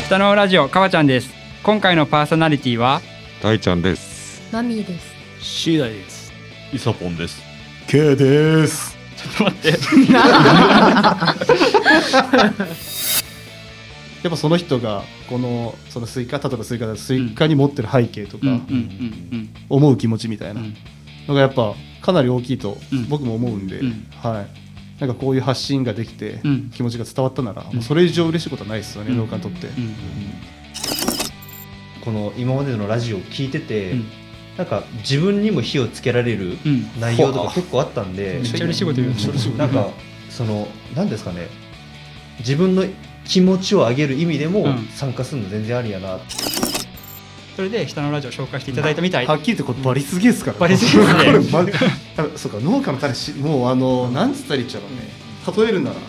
北のラジオかわちゃんです。今回のパーソナリティは大ちゃんです。 マミーです。 シーダイです。 イサポンです。 ケイです。 ちょっと待ってやっぱその人がそのスイカ、例えばスイカに持ってる背景とか、思う気持ちみたいなのがやっぱかなり大きいと僕も思うんで、はい。なんかこういう発信ができて気持ちが伝わったなら、もうそれ以上嬉しいことはないですよね、農家にとって。 この今までのラジオを聞いてて、なんか自分にも火をつけられる内容とか結構あったんで、 めっちゃ嬉しいこと言う。 なんか何ですかね、自分の気持ちを上げる意味でも参加するの全然ありやな。 それで北のラジオを紹介していただいたみたい。 はっきり言ってこれバリすげえですから、ね。 バリすげえですね。 そうか、農家の種もうなんつったらいいっちゃうのね。例えるなら。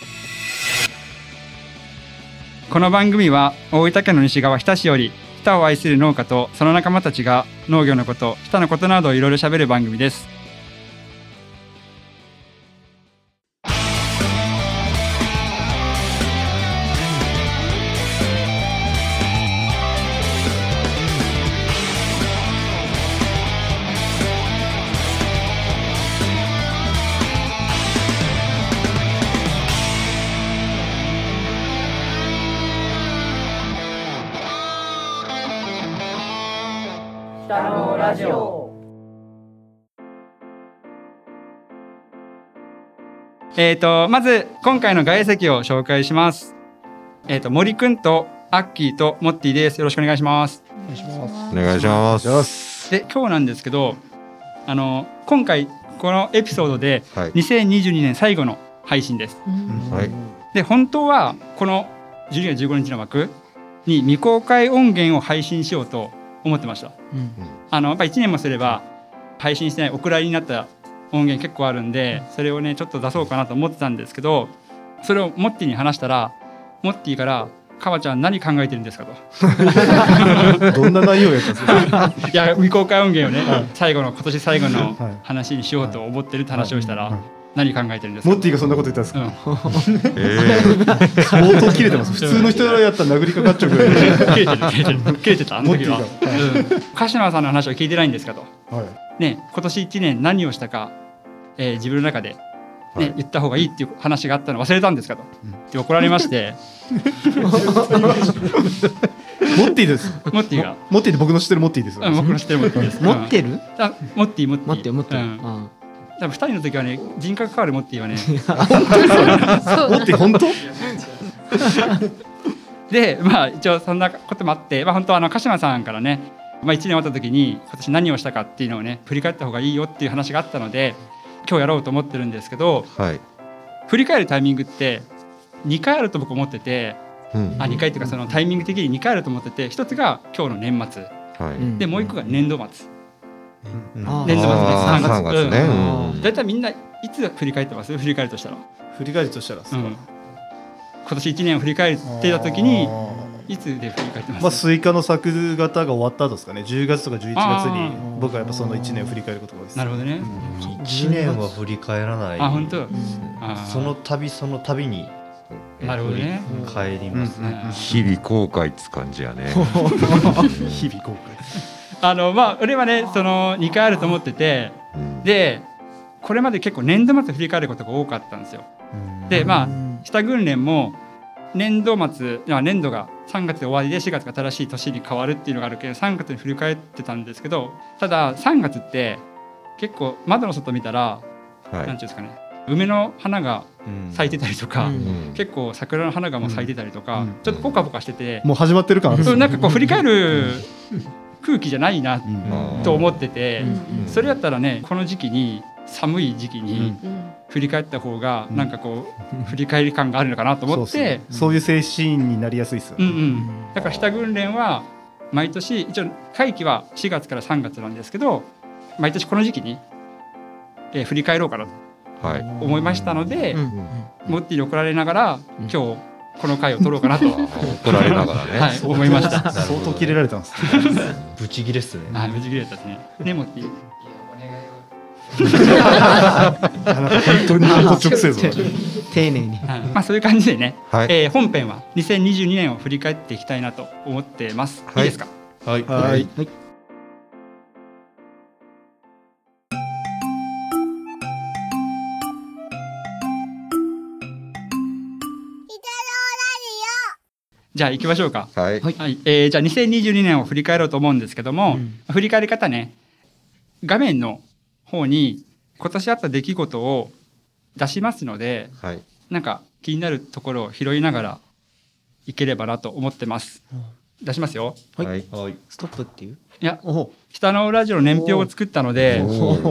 この番組は大分県の西側日田市より日田を愛する農家とその仲間たちが農業のこと、日田のことなどをいろいろ喋る番組です。北のラジオ。まず今回の外席を紹介します。森くんとアッキーとモッティです。よろしくお願いします。 お願いします。 で、今日なんですけど、今回このエピソードで2022年最後の配信です。 はい。 で、本当はこの12月15日の枠に未公開音源を配信しようと思ってました。やっぱ1年もすれば配信してないお蔵入りになった音源結構あるんで、それをねちょっと出そうかなと思ってたんですけど、それをモッティに話したら、モッティからかわちゃん何考えてるんですかとどんな内容やったんですか。 いや、未公開音源をね、今年最後の話にしようと思ってるって話をしたら、何考えてるんですか。 モッティがそんなこと言ったんですか。相当切れてます。普通の人やったら殴りかかっちゃうぐらい切れてたあの時は。鹿島さんの話を聞いてないんですかと、ね、今年1年何をしたか、自分の中で、ね、言った方がいいっていう話があったの忘れたんですかと、って怒られましてモッティです。 モッティがモッティって僕の知ってるモッティです。 僕の知ってるモッティです。 持ってる？ モッティ。多分2人の時はね、人格変わるモッティはねモッティ本当で、一応そんなこともあって、本当は鹿島さんからね、1年終わった時に今年何をしたかっていうのをね振り返った方がいいよっていう話があったので、今日やろうと思ってるんですけど、振り返るタイミングって2回あると僕思ってて、2回っていうかそのタイミング的に2回あると思ってて、一つが今日の年末、でもう一個が年度末。年度末です。3月ね。だいたいみんないつ振り返ってます？振り返るとしたら今年1年を振り返ってた時にいつで振り返ってます？ スイカの作型が終わった後ですかね。10月とか11月に僕はやっぱその1年を振り返ることが多いです。 なるほどね。 1年は振り返らない。 本当。 その度になるほどね。 帰りますね。 日々後悔つ感じやね。 日々後悔。 俺はね、その2回あると思ってて、でこれまで結構年度末振り返ることが多かったんですよ。で下訓練も年度末、年度が3月で終わりで4月が新しい年に変わるっていうのがあるけど、3月に振り返ってたんですけど、ただ3月って結構窓の外見たら、なんていうんですかね、梅の花が咲いてたりとか、結構桜の花がもう咲いてたりとか、ちょっとポカポカしてて、 もう始まってる感あるんですよ。 なんかこう振り返る空気じゃないなと思ってて、それやったらね、この時期に寒い時期に振り返った方がなんかこう振り返り感があるのかなと思って、 そういう精神になりやすいですよね。 だから下訓練は毎年、一応会期は4月から3月なんですけど、毎年この時期に振り返ろうかなと思いましたので、モッティに怒られながら今日この回を取ろうかなと怒られながらね、 思いました。 相当キレられたんですブチギレっすね。 ブチギレたですね。モッティ。 なんか本当に直せぞ丁寧に、 まあそういう感じでね、 はい、 本編は2022年を振り返っていきたいなと思ってます。いいですか？ はい、 はい、 じゃあ行きましょうか。 はい、 はい。じゃあ2022年を振り返ろうと思うんですけども、振り返り方ね、画面の方に今年あった出来事を出しますので、 はい、 なんか気になるところを拾いながらいければなと思ってます。出しますよ。 はい、 ストップっていう？ いや、下のラジオの年表を作ったので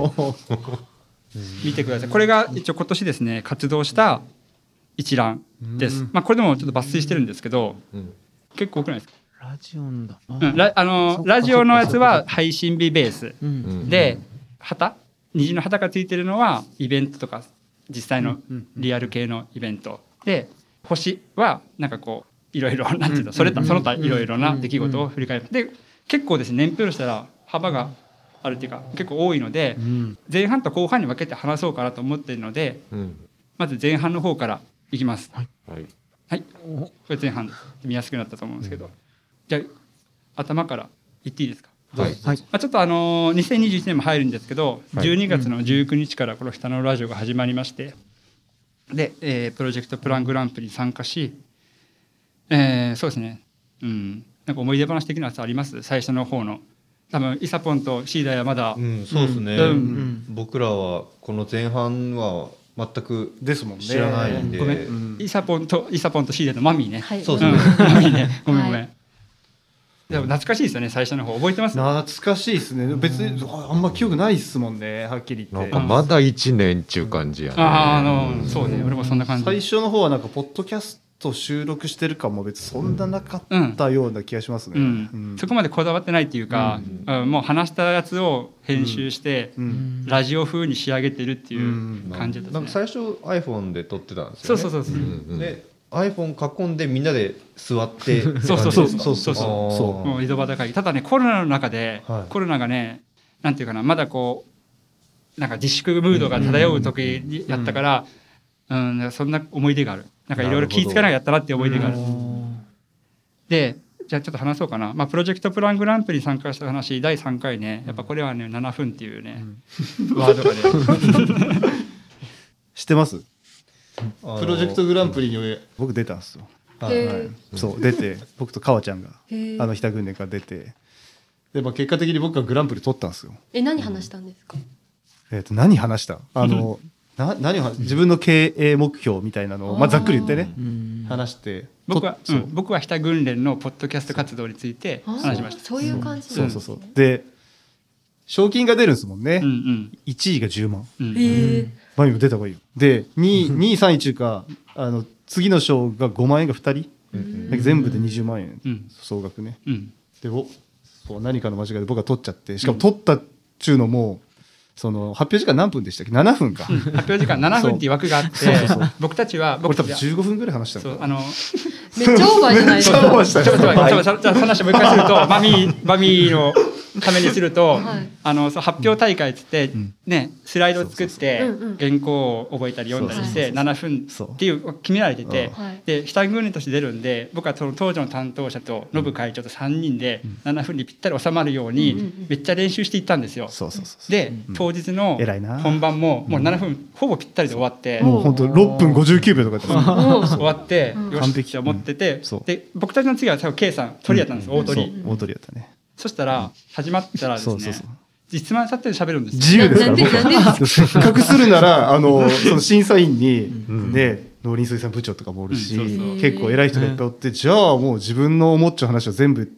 見てください。これが一応今年ですね活動した一覧です。まあこれでもちょっと抜粋してるんですけど、結構多くないですか？ ラジオンだ。 ラジオのやつは配信日ベースで、旗、虹の旗がついてるのはイベントとか実際のリアル系のイベントで、星はなんかこういろいろなんていうの、その他いろいろな出来事を振り返る。で結構ですね、年表したら幅があるっていうか結構多いので、前半と後半に分けて話そうかなと思っているので、まず前半の方からいきます。はい、これ前半見やすくなったと思うんですけど、じゃあ頭から言っていいですか？はい。まあ、ちょっと2021年も入るんですけど、12月の19日からこの下のラジオが始まりまして、で、プロジェクトプラングランプリに参加し、そうですね、なんか思い出話的なやつあります？最初の方の。多分イサポンとシーダはまだ、 そうですね、僕らはこの前半は全く知らないんで、 ごめん、イサポンとシーダとマミーね、 そうですね、 マミーね、ごめん、でも懐かしいですよね、最初の方覚えてます？ 懐かしいですね。別にあんま記憶ないっすもんね、はっきり言って。 なんかまだ1年っていう感じやね。 そうね、俺もそんな感じ。 最初の方はなんかポッドキャスト収録してる感も別にそんななかったような気がしますね。 そこまでこだわってないっていうか、もう話したやつを編集して、ラジオ風に仕上げてるっていう感じですね。 なんか最初 iPhone で撮ってたんですよね。 そうで iPhone 囲んでみんなで座ってそうもう井戸端会議。ただね、コロナの中で、コロナがね、なんていうかな、まだこうなんか自粛ムードが漂う時にやったから、そんな思い出がある。なんかいろいろ気ぃつかながらやったなっていう思い出がある。で、じゃあちょっと話そうかな。まあプロジェクトプラングランプリに参加した話、第3回ね、やっぱこれはね7分っていうね、ワードがね知ってます？プロジェクトグランプリに僕出たんですよ。そう出て、僕と川ちゃんが日田軍連から出て、で、まあ、結果的に僕がグランプリ取ったんですよ。 何話したんですか？ 何話した何を自分の経営目標みたいなのを、まあ、ざっくり言ってね話して、 僕は日田軍連のポッドキャスト活動について話しました。 そういう感じ。 そうで賞金が出るんですもんね。1位が10万。マミも出た方がいいよ。で2位3位中か次の賞が5万円が2人、全部で20万円、総額ね。でそう何かの間違いで僕が取っちゃって、しかも取ったっちゅうのもその発表時間何分でしたっけ？7分か。 発表時間7分っていう枠があって、僕たちはこれ多分15分ぐらい話したの。 めっちゃオーバーじゃないですか。 じゃあ話をもう一回すると、バミーのためにすると、発表大会っつってね、スライドを作って原稿を覚えたり読んだりして7分っていう決められてて、で日田軍連として出るんで、僕はその当時の担当者とノブ会長と3人で7分にぴったり収まるようにめっちゃ練習していったんですよ。で当日の本番ももう7分ほぼぴったりで終わって、 もう本当6分59秒とか終わって、よしって思ってて、で僕たちの次は多分 K さん鳥やったんです。大鳥やったね。そしたら始まったらですね、実話さって喋るんですよ。 自由ですから僕せっかくするならその審査員にね、農林水産部長とかもおるし、結構偉い人がいっぱいおって、じゃあもう自分の思っちゃう話を全部言って、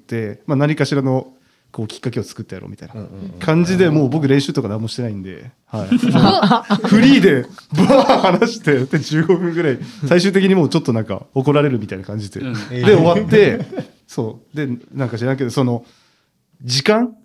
まあ何かしらのこうきっかけを作ってやろうみたいな感じで、もう僕練習とか何もしてないんで、フリーでバー話してで15分ぐらい、最終的にもうちょっとなんか怒られるみたいな感じで、で終わって、そうでなんか知らんけど、その時間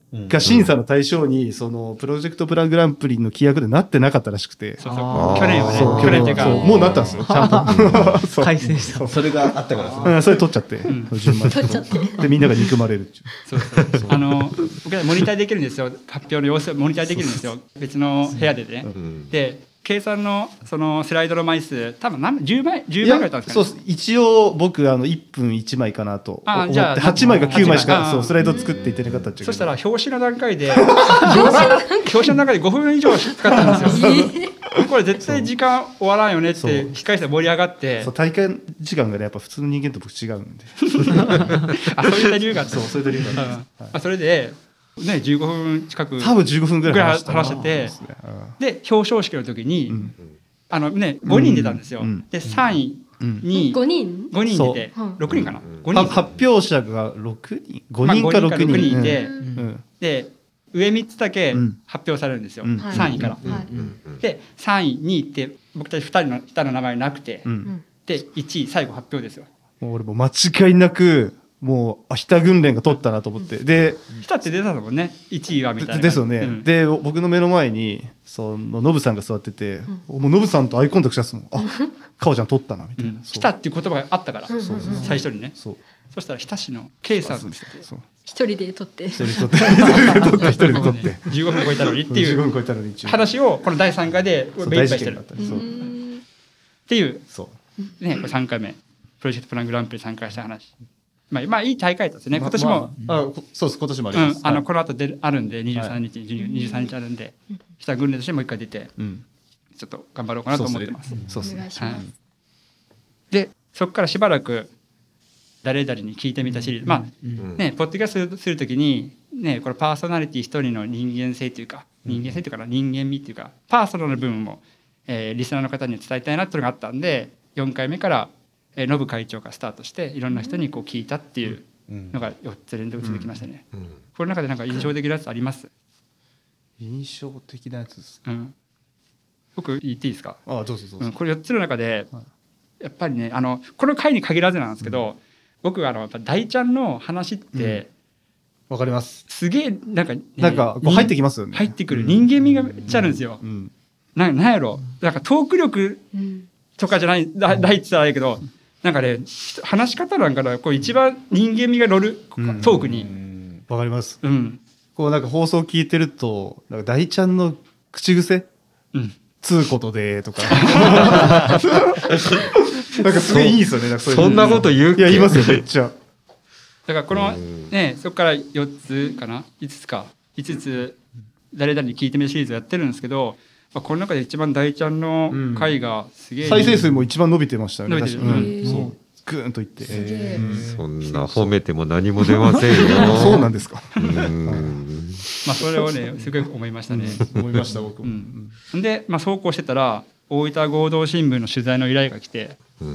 が審査の対象にそのプロジェクトプラングランプリの規約でなってなかったらしくて、 そう去年はね、 そう去年っていうかもうなったんですよちゃんとそう改正した。 それがあったからですね。 それ取っちゃって、順番に取っちゃってでみんなが憎まれるっていうそう僕らモニターできるんですよ、発表の様子をモニターできるんですよ、別の部屋でね。で計算のそのスライドの枚数多分10枚ぐらいだったんですかね。 そう一応僕1分1枚かなと思ってじゃあ 8枚か9枚し 8 か枚そうスライド作っていってなかったっちゃうけど、 そしたら表紙の段階で表紙の中で5分以上かかったんですよ。これ絶対時間終わらんよねって控え室で盛り上がって、 そう大会時間がねやっぱ普通の人間と僕違うんでそういった理由があって、 そういった理由があるんです、 それでね15分近く多分15分ぐらい話してて、で表彰式の時に、5人出たんですよ。で3位に 5人出て6人かな、5人発表者が6人5人か6人いて、で上3つだけ発表されるんですよ、3位から。で3位2位って僕たち2人の下の名前なくて、で1位最後発表ですよ。 もう俺も間違いなくもう日田訓練が取ったなと思って、で日田って出たのもんね、1位はみたいなですよね、で僕の目の前にそのノブさんが座ってて、もうノブさんとアイコンタクトしたんですもん、かおちゃん取ったなみたいな、 日田っていう言葉があったから、最初にね。そしたら日田市の K さんって一人で撮って一人で撮って 15分超えたのにっていう話をこの第3回で目いっぱいしてるっていうね、これ3回目プロジェクトプラングランプリ参加した話。まあいい大会ですね。今年も、 そうです今年もあります。 この後あるんで23日あるんで、下訓練としてもう一回出て、ちょっと頑張ろうかなと思ってます。 そうですね。 でそこからしばらく誰々に聞いてみたシリーズ、まあねポッドキャストするときにね、これパーソナリティ一人の人間性というか人間味っていうかパーソナルな部分もリスナーの方に伝えたいなっていうのがあったんで、4回目からノブ会長がスタートしていろんな人にこう聞いたっていうのが4つ連続続きましたね。この中でなんか印象的なやつあります？ 印象的なやつです。 僕言っていいですか？ どうぞ。 これ4つの中でやっぱりねこの回に限らずなんですけど、僕やっぱ大ちゃんの話ってわかります。 すげえなんかこう入ってきますよね。 入ってくる人間味がめっちゃあるんですよ。なんやろ、なんかトーク力とかじゃない第一って言ったらいいけど、なんかね話し方なんかな、こう一番人間味が乗るトークに。 わかります。こうなんか放送聞いてるとなんか大ちゃんの口癖、つうことでとかなんかすごいいいですよね。なんかそんなこと言うっけ？ いや言いますよめっちゃ。 だからこのねそこから4つかな5つか5つ誰々に聞いてみるシリーズをやってるんですけど、この中で一番大ちゃんの回がすげえ、 再生数も一番伸びてましたよね。 伸びてる。 そうグーンといって、 そんな褒めても何も出ませんよ。 そうなんですか。 それをねすごい思いましたね。 思いました僕も。 でそうこうしてたら大分合同新聞の取材の依頼が来て、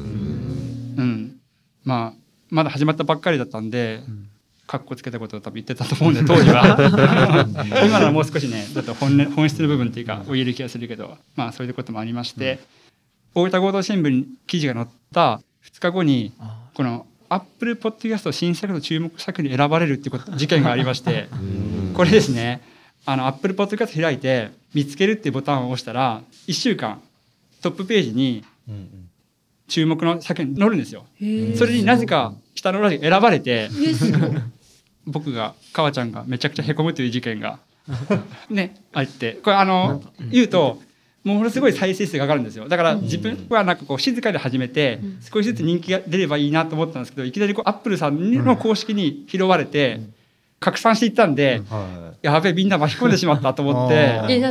まだ始まったばっかりだったんで、カッコつけたことを多分言ってたと思うんで当時は今ならもう少しねちょっと本質の部分っていうかを言える気がするけど、そういうこともありまして、大分合同新聞に記事が載った2日後にこのアップルポッドキャスト新作の注目作に選ばれるっていう事件がありましてこれですね、アップルポッドキャスト開いて見つけるっていうボタンを押したら1週間トップページに注目の作に載るんですよ。それになぜか下の裏で選ばれて僕がかわちゃんがめちゃくちゃへこむという事件がねあって、これ言うとものすごい再生数が上がるんですよ。だから自分はなんかこう静かで始めて少しずつ人気が出ればいいなと思ったんですけど、いきなりアップルさんの公式に拾われて拡散していったんで、やべえみんな巻き込んでしまったと思って。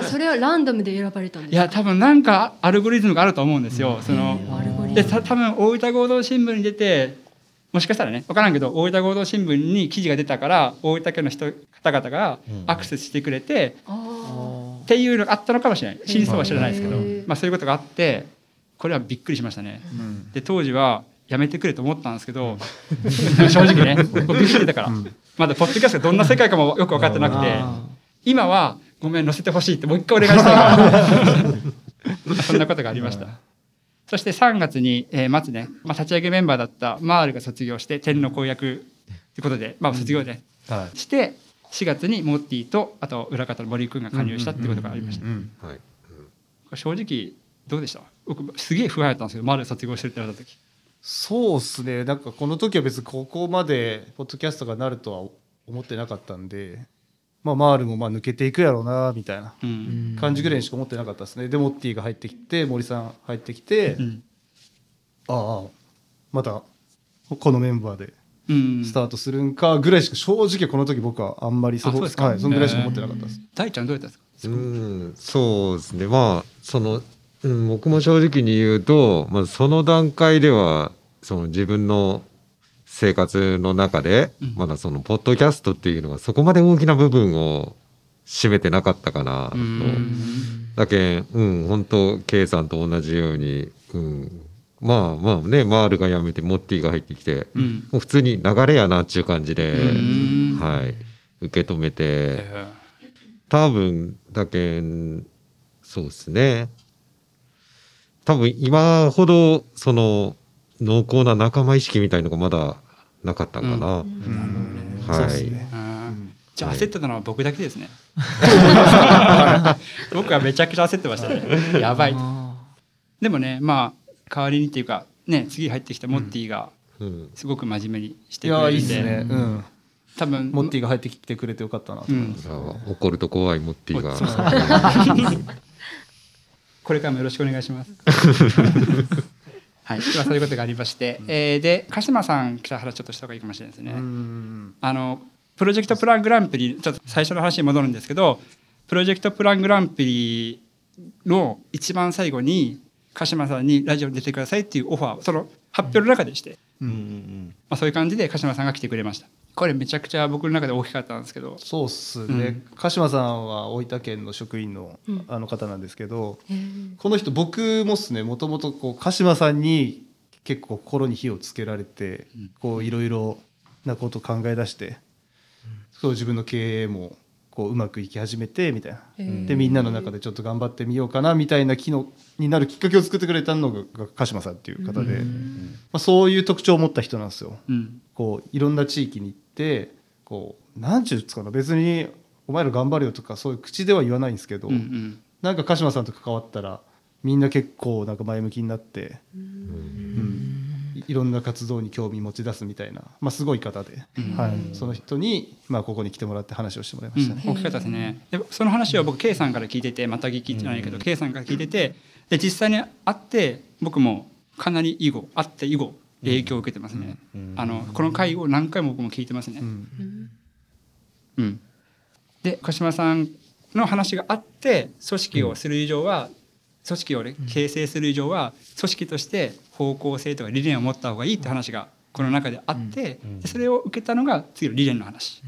それはランダムで選ばれたんですか？ いや多分なんかアルゴリズムがあると思うんですよ。で多分大分合同新聞に出て、もしかしたらね分からんけど大分合同新聞に記事が出たから大分県の方々がアクセスしてくれて、っていうのがあったのかもしれない。真相は知らないですけど、そういうことがあってこれはびっくりしましたね。で当時はやめてくれと思ったんですけど正直ね僕ビビってたから、まだポッドキャストがどんな世界かもよく分かってなくて、今はごめん載せてほしいってもう一回お願いしたいからそんなことがありました。そして3月に末ね、立ち上げメンバーだったマールが卒業して天の公約ということで、卒業で、して 4月にモッティとあと裏方の森君が加入したっていうことがありました。 はい。 正直どうでした？僕すげえ不安やったんですけど、まだ卒業してるってなった時。 そうですね、なんかこの時は別にここまでポッドキャストがなるとは思ってなかったんで、マールも抜けていくやろうなみたいな感じぐらいにしか思ってなかったですね。でモッティが入ってきて、森さん入ってきて、ああまたこのメンバーでスタートするんかぐらいしか、正直この時僕はあんまりそのぐらいしか思ってなかったです。 大ちゃんどうやったんですか？ そうですね、僕も正直に言うと、その段階ではその自分の生活の中で、まだそのポッドキャストっていうのがそこまで大きな部分を占めてなかったかなと。だけん、本当 K さんと同じように、マールが辞めてモッティが入ってきて、もう普通に流れやなっていう感じで、受け止めて、多分そうですね、多分今ほどその濃厚な仲間意識みたいのがまだなかったんかな。はい。 じゃあ焦ってたのは僕だけですね。僕はめちゃくちゃ焦ってましたね。やばい。でもね、代わりにっていうかね、次入ってきたモッティがすごく真面目にしてくれて、 いいですね。 多分モッティが入ってきてくれてよかったなと思います。 怒ると怖いモッティが。 これからもよろしくお願いします。はい、そういうことがありまして、で鹿島さん来た話ちょっとした方がいいかもしれないですね。プロジェクトプラングランプリ、ちょっと最初の話に戻るんですけど、プロジェクトプラングランプリの一番最後に鹿島さんにラジオに出てくださいっていうオファーをその発表の中でして、そういう感じで鹿島さんが来てくれました。これめちゃくちゃ僕の中で大きかったんですけど。 そうっすね、鹿島さんは大分県の職員のあの方なんですけど、この人僕もっすね、もともと鹿島さんに結構心に火をつけられて、いろいろなことを考え出して、そう自分の経営もうまくいき始めてみたいな、でみんなの中でちょっと頑張ってみようかなみたいな機能になるきっかけを作ってくれたのが鹿島さんっていう方で、そういう特徴を持った人なんですよ。いろんな地域に行ってなんちゅうんですかね、別にお前ら頑張るよとかそういう口では言わないんですけど、なんか鹿島さんと関わったらみんな結構なんか前向きになって、いろんな活動に興味持ち出すみたいな、すごい方で、その人に、ここに来てもらって話をしてもらいましたね。 大きかったですね。でその話を僕 K さんから聞いてて、また聞きじゃないけど K さんから聞いてて、で実際に会って僕もかなり会って以後影響を受けてますね。この回を何回も僕も聞いてますね。で鹿島さんの話があって、組織をする以上は、組織を、形成する以上は組織として方向性とか理念を持った方がいいって話がこの中であって、でそれを受けたのが次の理念の話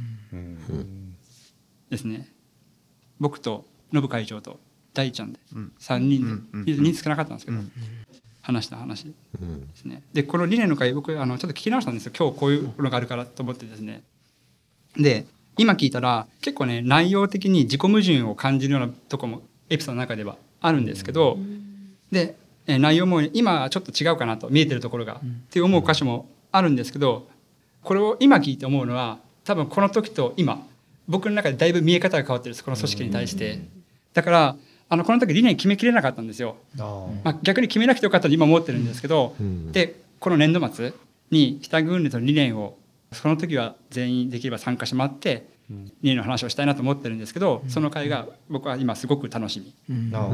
ですね。僕とノブ会長と大ちゃんで3人で、人数少なかったんですけど、話した話ですね。でこの理念の回僕ちょっと聞き直したんですよ。今日こういうのがあるからと思ってですね。で今聞いたら結構ね、内容的に自己矛盾を感じるようなとこもエピソードの中ではあるんですけど、で内容も今はちょっと違うかなと見えてるところがって思う箇所もあるんですけど、これを今聞いて思うのは、多分この時と今僕の中でだいぶ見え方が変わってるんです、この組織に対して。だからこの時理念決めきれなかったんですよ。逆に決めなくてよかったと今思ってるんですけど、でこの年度末に北軍連の理念をその時は全員できれば参加してもらって理念の話をしたいなと思ってるんですけど、その会が僕は今すごく楽しみ、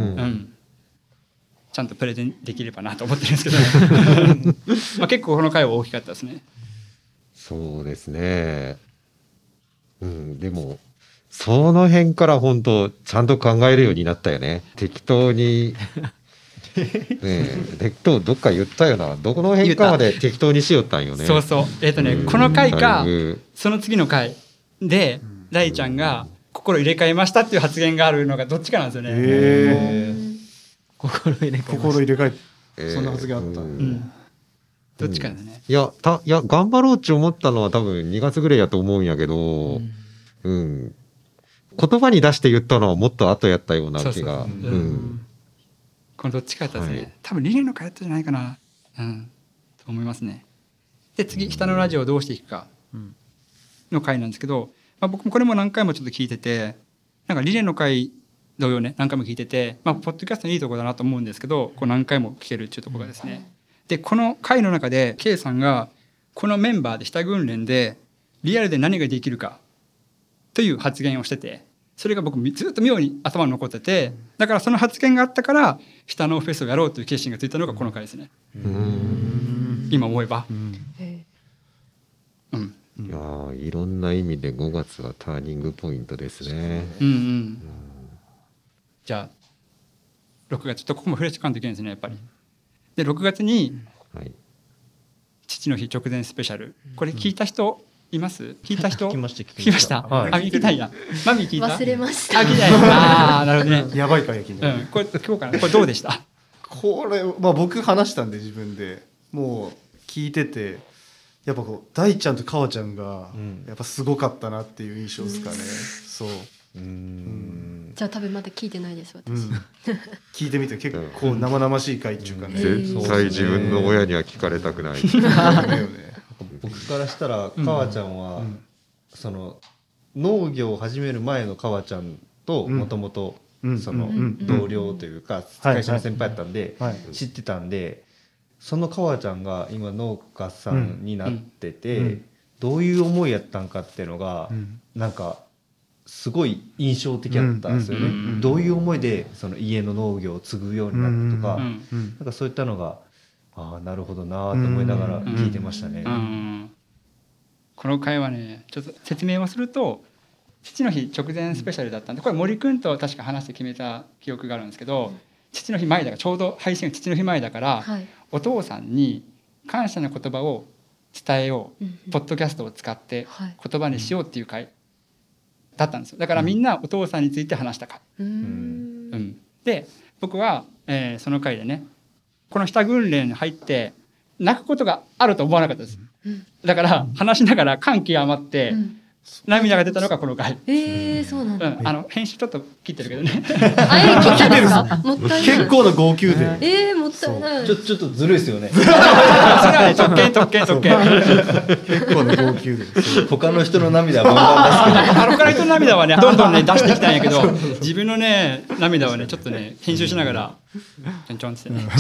ちゃんとプレゼンできればなと思ってるんですけど結構この会は大きかったですね。 そうですね。でもその辺から本当ちゃんと考えるようになったよね。適当に適当どっか言ったよな。どこの辺かまで適当にしよったんよね。 そうそう。この回かその次の回で大ちゃんが心入れ替えましたっていう発言があるのがどっちかなんですよね。 心入れ替え、そんな発言あった。 どっちかですね。 いや頑張ろうって思ったのは多分2月ぐらいやと思うんやけど、言葉に出して言ったのはもっと後やったような気が。 このどっちかやったですね。多分理念の回やったじゃないかな、と思いますね。で次下のラジオをどうしていくかの回なんですけど、 僕もこれも何回もちょっと聞いてて、なんかリレーの回同様ね何回も聞いてて、ポッドキャストのいいところだなと思うんですけど、こう何回も聞けるっていうところがですね、でこの回の中で K さんがこのメンバーで下訓練でリアルで何ができるかという発言をしてて、それが僕ずっと妙に頭に残ってて、だからその発言があったから下のフェスをやろうという決心がついたのがこの回ですね。今思えば、 いやいろんな意味で5月はターニングポイントですね。 じゃあ6月ちょっとここも触れていかんといけないですねやっぱり。で6月に父の日直前スペシャル、これ聞いた人います？聞いた人？聞きました。聞きたいや。マミ聞いた？ 忘れました。 聞いたや。なるほどね。 やばいかやきね。 これ今日からこれどうでした？ これ僕話したんで自分でもう聞いてて、やっぱこう大ちゃんとかわちゃんがやっぱすごかったなっていう印象ですかね。そう。 じゃあ多分まだ聞いてないです私。 聞いてみて結構生々しい回っていうかね。 絶対自分の親には聞かれたくない。 僕からしたらかわちゃんはその農業を始める前のかわちゃんともともとその同僚というか会社の先輩だったんで知ってたんで、そのかわちゃんが今農家さんになっててどういう思いやったんかっていうのがなんかすごい印象的だったんですよね。どういう思いでその家の農業を継ぐようになったとか、なんかそういったのがなるほどなと思いながら聞いてましたね。 この回はねちょっと説明をすると、父の日直前スペシャルだったんで、これ森くんと確か話して決めた記憶があるんですけど、父の日前だからちょうど配信が父の日前だから、お父さんに感謝の言葉を伝えよう、ポッドキャストを使って言葉にしようっていう回だったんですよ。だからみんなお父さんについて話した回。で僕は、その回でねこの下訓練に入って泣くことがあると思わなかったです。だから話しながら感極まって涙が出たのがこの回。 そうなんだ。 編集ちょっと切ってるけどね。 切ってるんですか？もったいない。 結構な号泣で。 もったいない。 ちょっとずるいですよね。 それはね特権。 結構な号泣で。 他の人の涙はバンバン出すけど。 他の人の涙はねどんどんね出してきたんやけど、自分のね涙はねちょっとね編集しながらちょんちょんってね。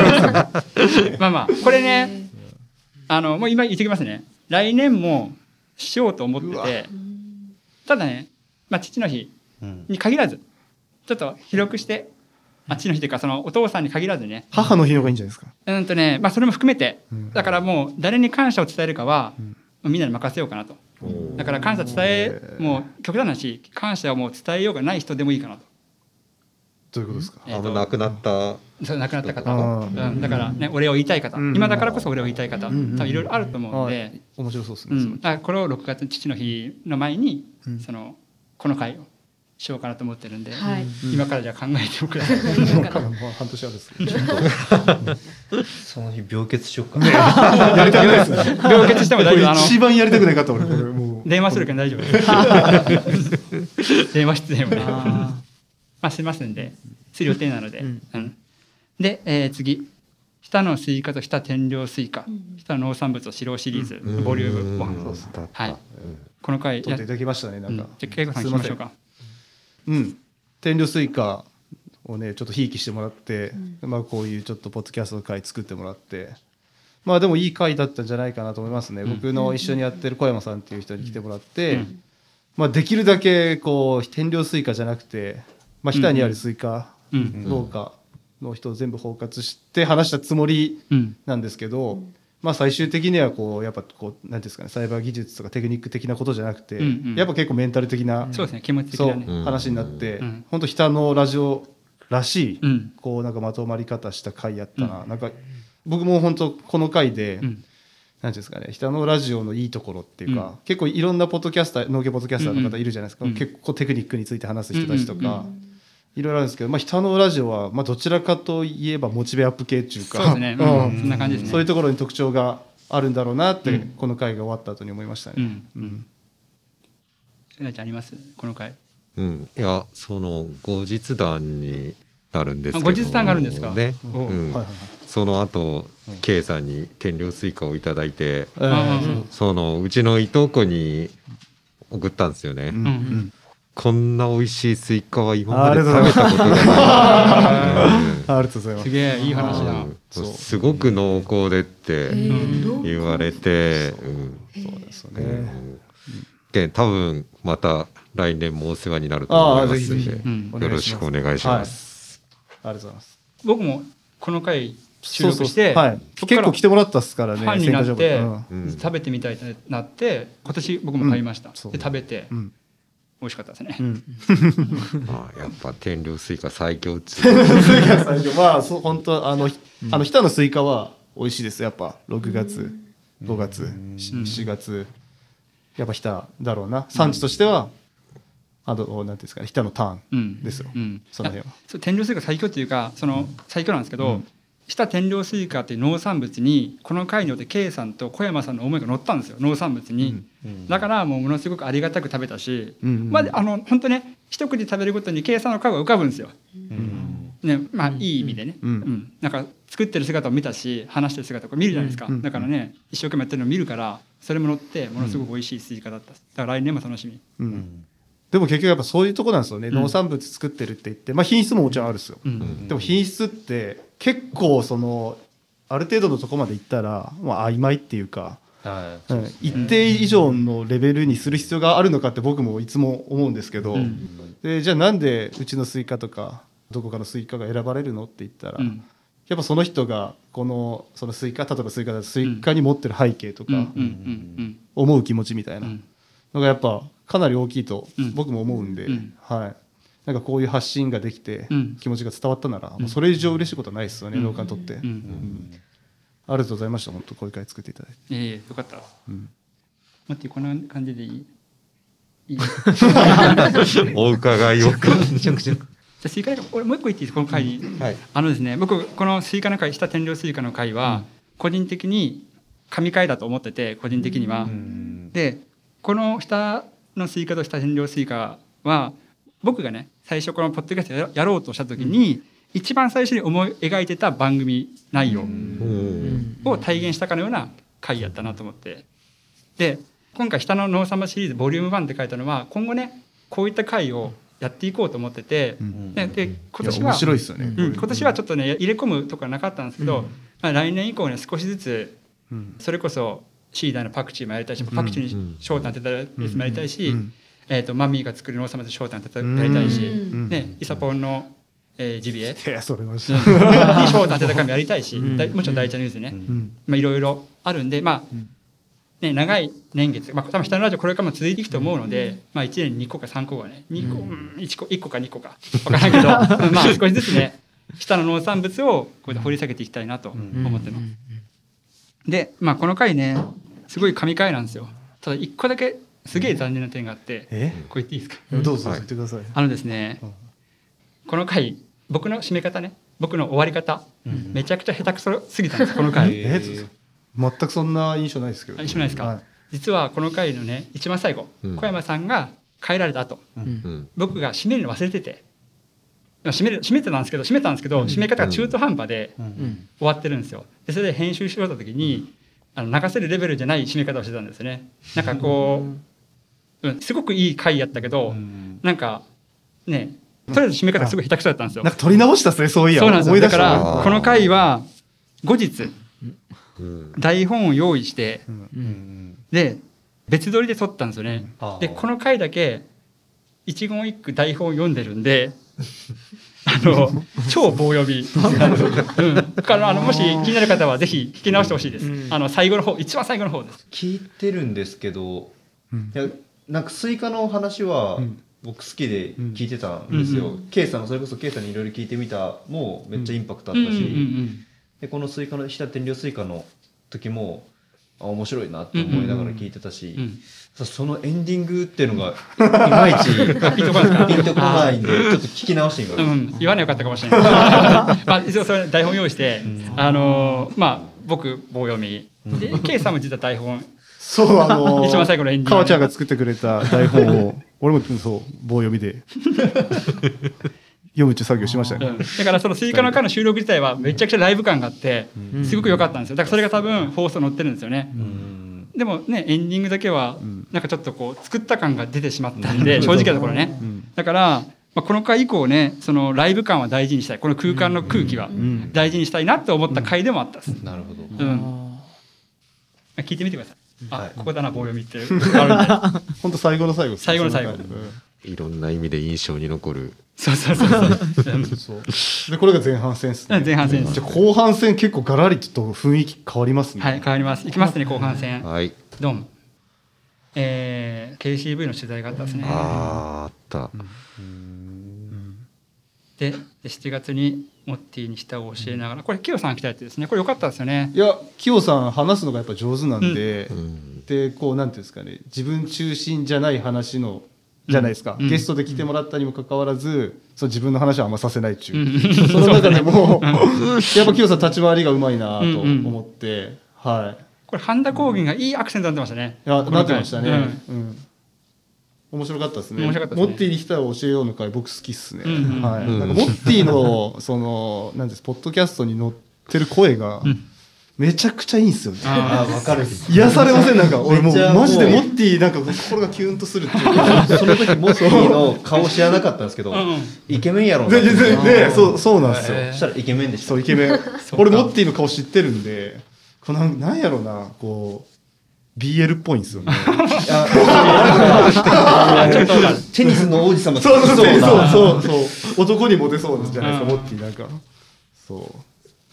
これねもう今言ってきますね。来年もしようと思ってて、ただね、父の日に限らずちょっと広くして、父の日というかそのお父さんに限らずね、 母の日の方がいいんじゃないですか。 それも含めて、だからもう誰に感謝を伝えるかはみんなに任せようかなと。だから感謝もう極端な話感謝をもう伝えようがない人でもいいかなと。 どういうことですか？ 亡くなった方、だからねお礼を言いたい方、今だからこそお礼を言いたい方、多分いろいろあると思うので、 面白そうですね。 これを6月の父の日の前にこの回をしようかなと思ってるんで、今からじゃあ考えてください。 今からもう半年あるんですけど、 その日病欠しようか。 やりたくないですね。 病欠しても大丈夫。 一番やりたくないかと俺もう電話するけど大丈夫。電話出演をねしますんで、する予定なので。で、次日田のスイカと日田天領スイカ、日田の農産物を知ろうシリーズボリューム1。この回撮っていただきましたね。なんかじゃあ恵子さん聞きましょうか。 天領スイカをねちょっとひいきしてもらって、こういうちょっとポッドキャストの回作ってもらって、でもいい回だったんじゃないかなと思いますね。僕の一緒にやってる小山さんっていう人に来てもらって、できるだけこう天領スイカじゃなくて、日田にあるスイカ農家の人を全部包括して話したつもりなんですけど、最終的にはこうやっぱこう何ですかね、サイバー技術とかテクニック的なことじゃなくて、やっぱ結構メンタル的な、 そうですね、気持ち的なね、 話になって、本当日田のラジオらしい、こうなんかまとまり方した回やったな。なんか僕も本当この回で、なんていうんですかね、日田のラジオのいいところっていうか、結構いろんなポッドキャスター、農業ポッドキャスターの方いるじゃないですか、結構テクニックについて話す人たちとか、いろいろあるんですけど、日田のラジオはどちらかといえばモチベアップ系っていうか、 そうですね、そんな感じですね。 そういうところに特徴があるんだろうなって、この回が終わった後に思いましたね。 せなちゃんありますこの回？ いや、その後日談になるんですけど、 後日談があるんですかね。 その後、K さんに天領スイカをいただいて、そのうちのいとこに送ったんですよね、 うんうん、 こんな美味しいスイカは今まで食べたことがない。 ありがとうございます。 すげえいい話だ。 すごく濃厚でって言われて、 そうですね。 多分また来年もお世話になると思いますので、よろしくお願いします。 ありがとうございます。 僕もこの回収録して、 結構来てもらったっすからね。 ファンになって食べてみたいってなって今年僕も買いました。で食べて。美味しかったですね。 やっぱ天領スイカ最強っつ。 まあ本当日田のスイカは美味しいです。やっぱ6月、5月、7月やっぱ日田だろうな。産地としてはなんていうんですかね、日田のターンですよ。その辺は。 天領スイカ最強っていうか最強なんですけど。日田天領スイカっていう農産物にこの回によって K さんと小山さんの思いが乗ったんですよ、農産物に、だからものすごくありがたく食べたし、本当ね一口食べるごとに K さんの顔が浮かぶんですよ、いい意味でね、なんか作ってる姿を見たし話してる姿を見るじゃないですか、だからね一生懸命やってるのを見るからそれも乗ってものすごく美味しいスイカだった。だから来年も楽しみ。 でも結局やっぱそういうとこなんですよね、農産物作ってるって言って、品質ももちろんあるんですよ、でも品質って結構ある程度のとこまでいったら、曖昧っていうか、一定以上のレベルにする必要があるのかって僕もいつも思うんですけど、でじゃあなんでうちのスイカとかどこかのスイカが選ばれるのって言ったら、やっぱその人がそのスイカ、例えばスイカだとスイカに持ってる背景とか、思う気持ちみたいなのがやっぱかなり大きいと僕も思うんで、なんかこういう発信ができて気持ちが伝わったなら、それ以上嬉しいことはないですよね、農家にとって。ありがとうございました。本当こういう会作っていただいて。 よかった。待ってこんな感じでいい？ お伺いを。 スイカの俺もう一個言っていいですか、この回。ですね、僕このスイカの回、日田天領スイカの回は個人的に神回だと思ってて、個人的には。でこの日田のスイカと日田天領スイカは僕がね最初このポッドキャストやろうとした時に、一番最初に思い描いてた番組内容を体現したかのような回やったなと思って、で今回日田の農産物シリーズボリューム1って書いたのは今後ねこういった回をやっていこうと思ってて、で今年は面白いですよね、 今年はちょっとね入れ込むとかなかったんですけど、来年以降ね少しずつそれこそシーダーのパクチーもやりたいし、パクチーに翔太当てたやつもやりたいし、マミーが作る農産物翔太当てたやりたいし、イサポンのジビエに翔太当てた回もやりたいし、もちろん大ちゃんニュースね、いろいろあるんで、長い年月、多分下のラジオこれからも続いていくと思うので、1年に2個か3個はね、1個か2個か分からないけど少しずつね下の農産物をこうやって掘り下げていきたいなと思ってます。でこの回ねすごい神回なんですよ。ただ1個だけすげえ残念な点があって、これ言っていいですか？ どうぞ言ってください。 ですね、この回僕の締め方ね、僕の終わり方、めちゃくちゃ下手くそすぎたんですこの回。 全くそんな印象ないですけど。 印象ないですか？実はこの回のね一番最後、小山さんが帰られた後、僕が締めるの忘れてて、締めたんですけど締め方が中途半端で終わってるんですよ。でそれで編集しようと時に流せるレベルじゃない締め方をしてたんですね。なんかこう、すごくいい回やったけど、なんかねとりあえず締め方がすごい下手くそだったんですよ。 なんか取り直したっすね、そういや。 そうなんですよ。だからこの回は後日台本を用意して、で別撮りで撮ったんですよね。でこの回だけ一言一句台本を読んでるんで超棒読みだからもし気になる方はぜひ聞き直してほしいです。最後の方、一番最後の方です。 聞いてるんですけど、いやなんかスイカの話は僕好きで聞いてたんですよ。K さんのそれこそ K さんにいろいろ聞いてみたもめっちゃインパクトあったし、でこのスイカの日田天領スイカの時も面白いなって思いながら聞いてたし、そのエンディングっていうのがいまいちピンとこないんでちょっと聞き直してみます。 言わなよかったかもしれない。一応それ台本用意して、僕棒読みで K さんも実は台本一番最後のエンディング川ちゃんが作ってくれた台本を俺もそう棒読みで読むって作業しましたね。 だからそのスイカの回の収録自体はめちゃくちゃライブ感があってすごく良かったんですよ。だからそれが多分放送載ってるんですよね。 でもねエンディングだけはなんかちょっとこう作った感が出てしまったんで、正直なところね、だから、この回以降ねそのライブ感は大事にしたい、この空間の空気は大事にしたいなと思った回でもあったです。 なるほど、 聞いてみてください。 はい、 ここだな棒読みって本当最後の最後、 最後の最後、 いろんな意味で印象に残る。 そうでこれが前半戦ですね。 前半戦です。 じゃ後半戦結構ガラリと雰囲気変わりますね。 はい、変わります。いきますね後半戦。 はい。 ドン。KCV の取材があったですね。 あった。 で7月にモッティに舌を教えながら、これキヨさん来たやつですね。これ良かったですよね。 いやキヨさん話すのがやっぱ上手なんで、でこうなんていうんですかね、自分中心じゃない話のじゃないですか、ゲストで来てもらったにもかかわらず、そう自分の話はあんまさせないっていう、その中でもやっぱキヨさん立ち回りがうまいなと思って、はい。 これ半田講義がいいアクセントになってましたね。 いやなってましたね。面白かったですね。 面白かったですね。 モッティに舌を教えようの会僕好きっすね。はい。なんかモッティのそのなんですポッドキャストに載ってる声がめちゃくちゃいいんですよね。 わかる。 癒されません？なんか俺もうマジでモッティなんか心がキュンとするっていうか、 その時モッティの顔知らなかったんですけど、イケメンやろうな。 ね、そうなんですよ。 そしたらイケメンでした。 そうイケメン。俺モッティの顔知ってるんで、このなんやろうなこう。BL っぽいんですよね。 テニスの王子様。 そう男にモテそうじゃないですか、モッティなんか。そう。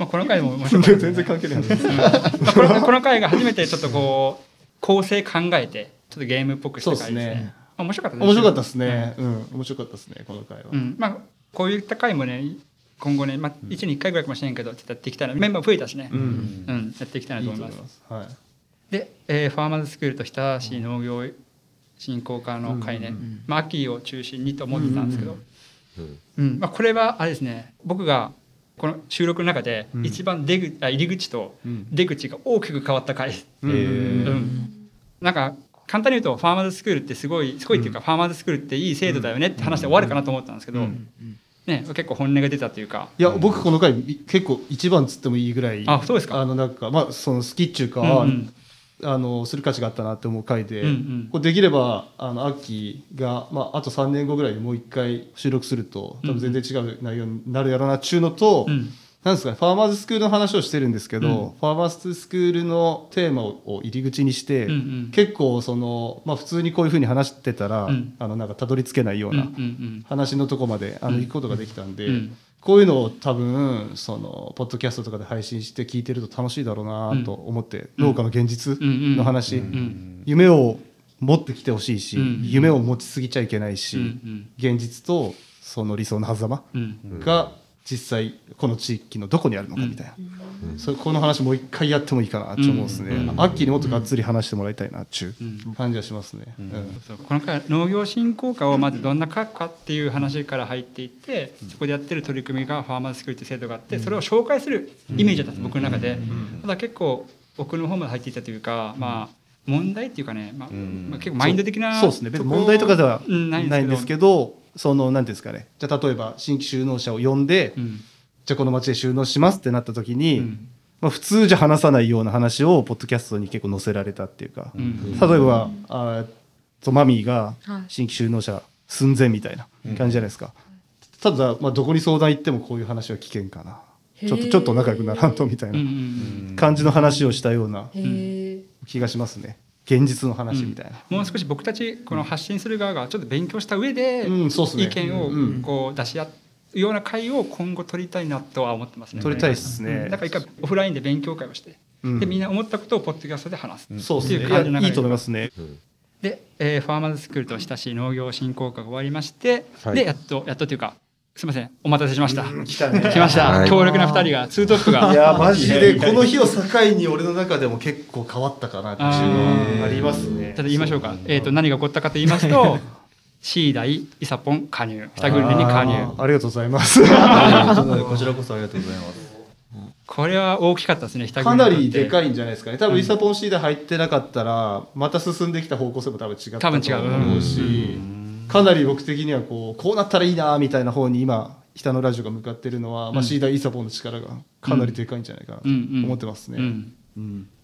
この回も面白かった。 全然関係ない。 この回が初めてちょっとこう構成考えてちょっとゲームっぽくした回ですね。面白かったですね。 面白かったですね。面白かったですねこの回は。 こういった回もね今後ね1年1回ぐらいかもしれんけどやっていきたいな、メンバー増えたしね。やっていきたいなと思います。はい。で、ファーマーズスクールと日田市農業振興課の会ね、秋を中心にと思ってたんですけど、これはあれですね、僕がこの収録の中で一番入り口と出口が大きく変わった回です。なんか簡単に言うとファーマーズスクールってすごいっていうか、ファーマーズスクールっていい制度だよねって話で終わるかなと思ったんですけど、ね、結構本音が出たというか。 いや僕この回結構一番つってもいいぐらい、 そうですか。 なんかその好きっちゅうか、する価値があったなって思う回で、これできればアッキーが、あと3年後ぐらいにもう一回収録すると多分全然違う内容になるやろうなっちゅうのと、なんですかね、ファーマーズスクールの話をしてるんですけど、ファーマーズスクールのテーマを入り口にして、結構普通にこういうふうに話してたら、なんかたどり着けないような話のとこまで行くことができたんで、こういうのを多分ポッドキャストとかで配信して聞いてると楽しいだろうなと思って、農家の現実の話、夢を持ってきてほしいし、夢を持ちすぎちゃいけないし、現実とその理想の狭間が実際この地域のどこにあるのかみたいな、この話もう一回やってもいいかなって思うんですね。アッキーにもっとがっつり話してもらいたいなっていう感じはしますね。 この回農業振興課をまずどんな課かっていう話から入っていって、そこでやってる取り組みがファーマーズスクールって制度があって、それを紹介するイメージだった僕の中で。ただ結構奥の方まで入っていったというか、問題っていうかね、結構マインド的なそうですね、別に問題とかではないんですけど、何ていうんですかね、じゃあ例えば新規就農者を呼んで、じゃあこの町で就農しますってなった時に、普通じゃ話さないような話をポッドキャストに結構載せられたっていうか、例えばマミーが新規就農者寸前みたいな感じじゃないですか。ただどこに相談行ってもこういう話は聞けんかな、ちょっと仲良くならんとみたいな感じの話をしたような気がしますね。現実の話みたいな、 もう少し僕たちこの発信する側がちょっと勉強した上で意見をこう出し合うような会を今後取りたいなとは思ってますね。 取りたいですね。 だから一回オフラインで勉強会をして、でみんな思ったことをポッドキャストで話す、 そうですね、いいと思いますね。 で、ファーマーズスクールと親しい農業振興課が終わりまして、でやっとというか、すみません、お待たせしました。来ました。強力な2人が、ツートップが。 いやマジでこの日を境に俺の中でも結構変わったかなっていうのはありますね。 ただ言いましょうか。何が起こったかと言いますと、シーダイ、イサポン加入、2軍連に加入。 ありがとうございます。 こちらこそありがとうございます。 これは大きかったですね。 かなりでかいんじゃないですかね。多分イサポンシーダイ入ってなかったら、また進んできた方向性も多分違ったと思うし。かなり僕的にはこうなったらいいなみたいな方に今北のラジオが向かってるのは、シーダイイサポンの力がかなりでかいんじゃないかなと思ってますね。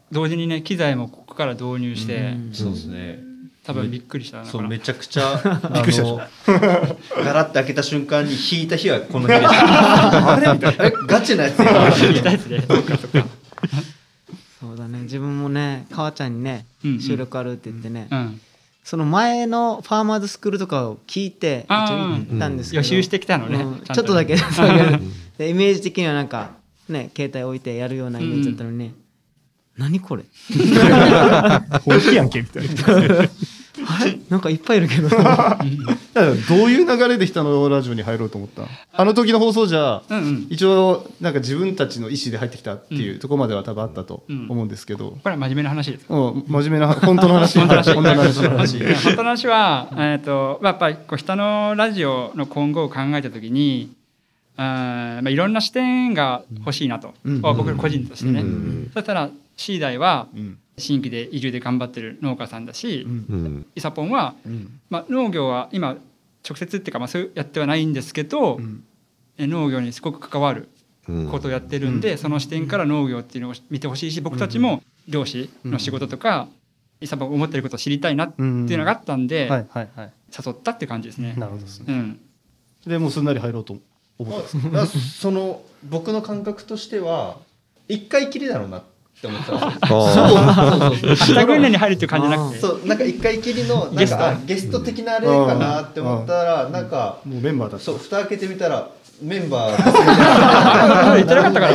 同時にね機材もここから導入して、 そうですね、 多分びっくりしたのかな。 そうめちゃくちゃびっくりしたガラッて開けた瞬間に引いた日はこの日でしたあれみたいなガチなやつや引いたやつでそうかそうかそうだね、自分もね川ちゃんにね、収録あるって言ってね、その前のファーマーズスクールとかを聞いて一応行ったんですけど、 予習してきたのね、 ちょっとだけでイメージ的にはなんかね携帯置いてやるようなイメージだったのにね、何これ本気やんけみたいなあれなんかいっぱいいるけどだからどういう流れで人のラジオに入ろうと思った？あの時の放送じゃ、一応なんか自分たちの意思で入ってきたっていうところまでは多分あったと思うんですけど、 これは真面目な話です。 真面目な本当の話本当の話はやっぱりこう人のラジオの今後を考えた時にいろんな視点が欲しいなと、僕個人としてね。そしたらシーダイは新規で移住で頑張ってる農家さんだし、イサポンは、農業は今直接っていうか、そうやってはないんですけど、農業にすごく関わることをやってるんで、その視点から農業っていうのを見てほしいし、僕たちも漁師の仕事とか、イサポンが思ってることを知りたいなっていうのがあったんで、誘ったっていう感じですね。 なるほどですね。でもうすんなり入ろうと思ったその僕の感覚としては一回きりだろうなって思ってたんですよ。下訓練に入るっていう感じじゃなくて、 そうなんか一回きりのなんかゲスト的なあれかなって思ったら、なんかもうメンバーだった。 そう蓋開けてみたらメンバーですみたいな。 言ってなかったから。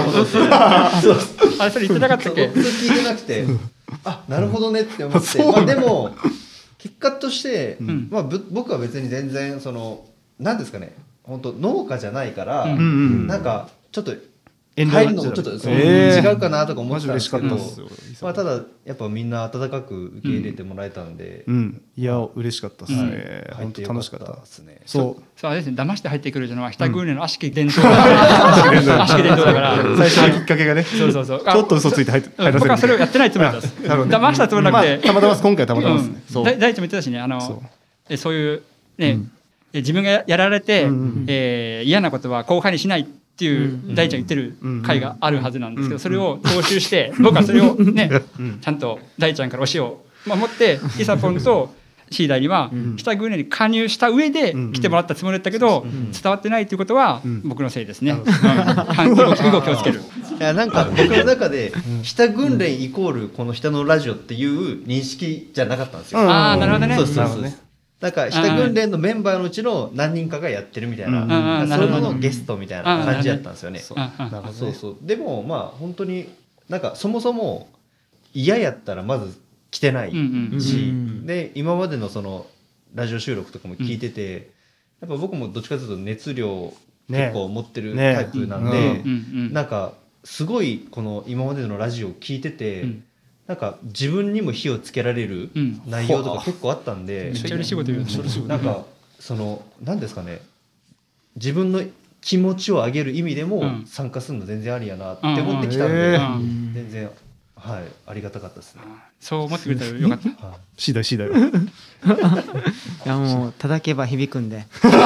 あれそれ言ってなかったっけ？ 普通聞いてなくて、なるほどねって思って、でも結果として、僕は別に全然そのなんですかね、本当農家じゃないから、なんかちょっと入るのもちょっと違うかなとか思ってたんですけど、ただやっぱみんな温かく受け入れてもらえたんで、 いや嬉しかったですね。本当楽しかったですね。 そうあれですね、騙して入ってくるのは日田グーネの悪しき伝統悪しき伝統だから、 最初のきっかけがね、ちょっと嘘ついて入らせる。 僕はそれをやってないつもりだったんです。騙したつもりなくて、 たまたま今回たまたまですね。 大地も言ってたしね、そういうね、自分がやられて嫌なことは後輩にしないっていう大ちゃん言ってる回があるはずなんですけど、それを踏襲して僕はそれをねちゃんと大ちゃんから教えを守ってイサポンとシーダイには下グーネに加入した上で来てもらったつもりだったけど、伝わってないということは僕のせいですね。以後気をつける。 いやなんか僕の中で下訓練イコールこの下のラジオっていう認識じゃなかったんですよ。 なるほどね。 そうなんか下訓練のメンバーのうちの何人かがやってるみたいな、そういうののゲストみたいな感じだったんですよね。でも本当になんかそもそも嫌やったらまず来てないし、で今までのそのラジオ収録とかも聞いてて、やっぱ僕もどっちかというと熱量結構持ってるタイプなんで、なんかすごいこの今までのラジオを聞いてて、なんか自分にも火をつけられる内容とか結構あったんで、 めっちゃ嬉しいこと言うね。 なんかその何ですかね、自分の気持ちを上げる意味でも参加するの全然ありやなって思ってきたんで、全然ありがたかったですね。 そう思ってくれたらよかった。 シーダイよ。 いやもう叩けば響くんで。 そうちょ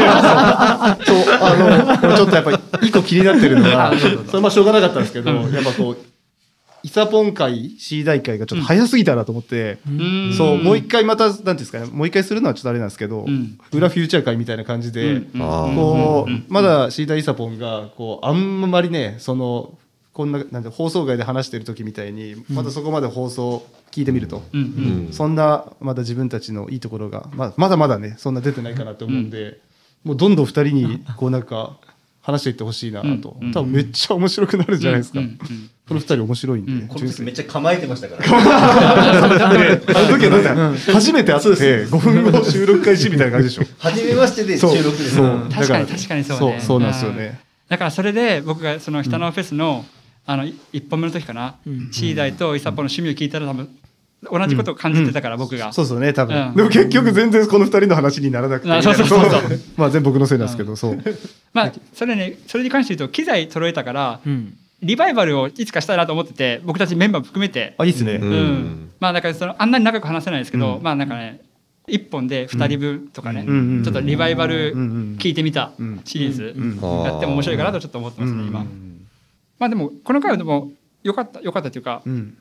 っとやっぱり一個気になってるのが、それはしょうがなかったんですけど、やっぱこうイサポン会シーダイ会がちょっと早すぎたなと思って、そうもう一回またなんていうんですかね、もう一回するのはちょっとあれなんですけど、裏フューチャー会みたいな感じで、こうまだシーダイイサポンがこうあんまりね、そのこんななんて放送外で話してる時みたいにまだそこまで放送聞いてみると、そんなまだ自分たちのいいところがまだまだねそんな出てないかなと思うんで、もうどんどん2人にこうなんか話していってほしいなと、多分めっちゃ面白くなるじゃないですか。この2人面白いんで、 この時めっちゃ構えてましたから。 あの時はだって初めて会って5分後収録開始みたいな感じでしょ。 初めましてで収録です。 確かにそうね。 そうなんですよね。 だからそれで僕がその北のフェスの1本目の時かな、シーダイとイサポの趣味を聞いたら多分同じことを感じてたから、僕が。 そうですね、多分。でも結局全然この2人の話にならなくて、まあ全部僕のせいなんですけど、そう。 まあそれに関して言うと機材揃えたからリバイバルをいつかしたいなと思ってて、僕たちメンバー含めて。 いいですね。 まあだからあんなに長く話せないですけど、まあなんかね1本で2人分とかね、ちょっとリバイバル聞いてみたシリーズやっても面白いかなとちょっと思ってますね今。まあでもこの回はでも良かったというか、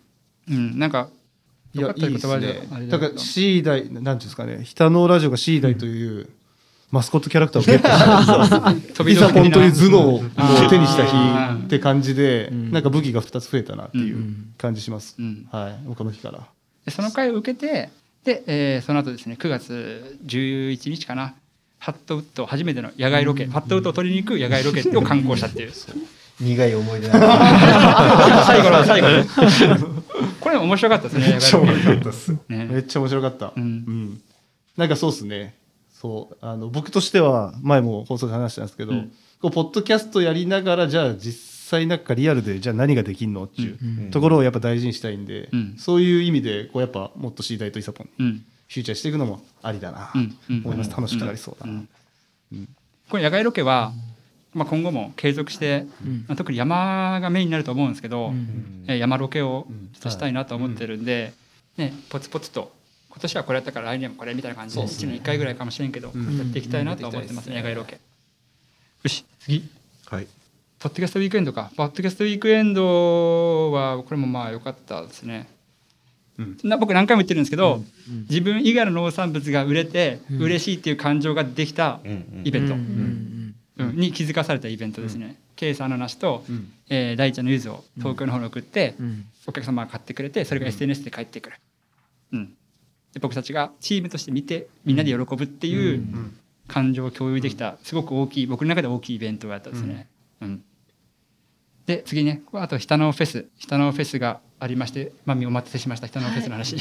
なんかいやいいですね。だから C 代なんていうんですかね、北のラジオが C 代というマスコットキャラクターをゲットしたいざ本当に頭脳を手にした日って感じで、なんか武器が2つ増えたなっていう感じします。はい、この日から。 その回を受けて、で、その後ですね、9月11日かな、ハットウッド初めての野外ロケ、ハットウッドを取りに行く野外ロケを敢行したっていう。 苦い思い出最後のこれも面白かったですね。 めっちゃ面白かったです。めっちゃ面白かった。なんかそうですね。そう僕としては前も放送で話したんですけど、こうポッドキャストやりながらじゃあ実際なんかリアルでじゃあ何ができんのっていうところをやっぱ大事にしたいんで、そういう意味でこうやっぱもっと C 大とイサポンにフューチャーしていくのもありだなと思います。楽しくなりそうだな。 これ野外ロケは今後も継続して、特に山がメインになると思うんですけど、山ロケをしたいなと思ってるんで、ポツポツと今年はこれやったから来年もこれみたいな感じで1年1回ぐらいかもしれんけどやっていきたいなと思ってますね、野外ロケ。よし次、ポッドキャストウィークエンドか。ポッドキャストウィークエンドはこれも良かったですね。僕何回も言ってるんですけど、自分以外の農産物が売れて嬉しいっていう感情ができたイベントに気づかされたイベントですね。K さんの梨と大ちゃんの柚子を東京の方に送ってお客様が買ってくれて、それが SNS で返ってくる。で僕たちがチームとして見てみんなで喜ぶっていう感情を共有できた、すごく大きい、僕の中で大きいイベントがあったんですね。で次ね、あと日野フェスがありまして、マミお待たせしました。日野フェスの話。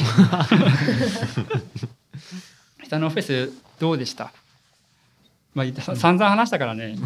日野フェスどうでした？散々話したからね。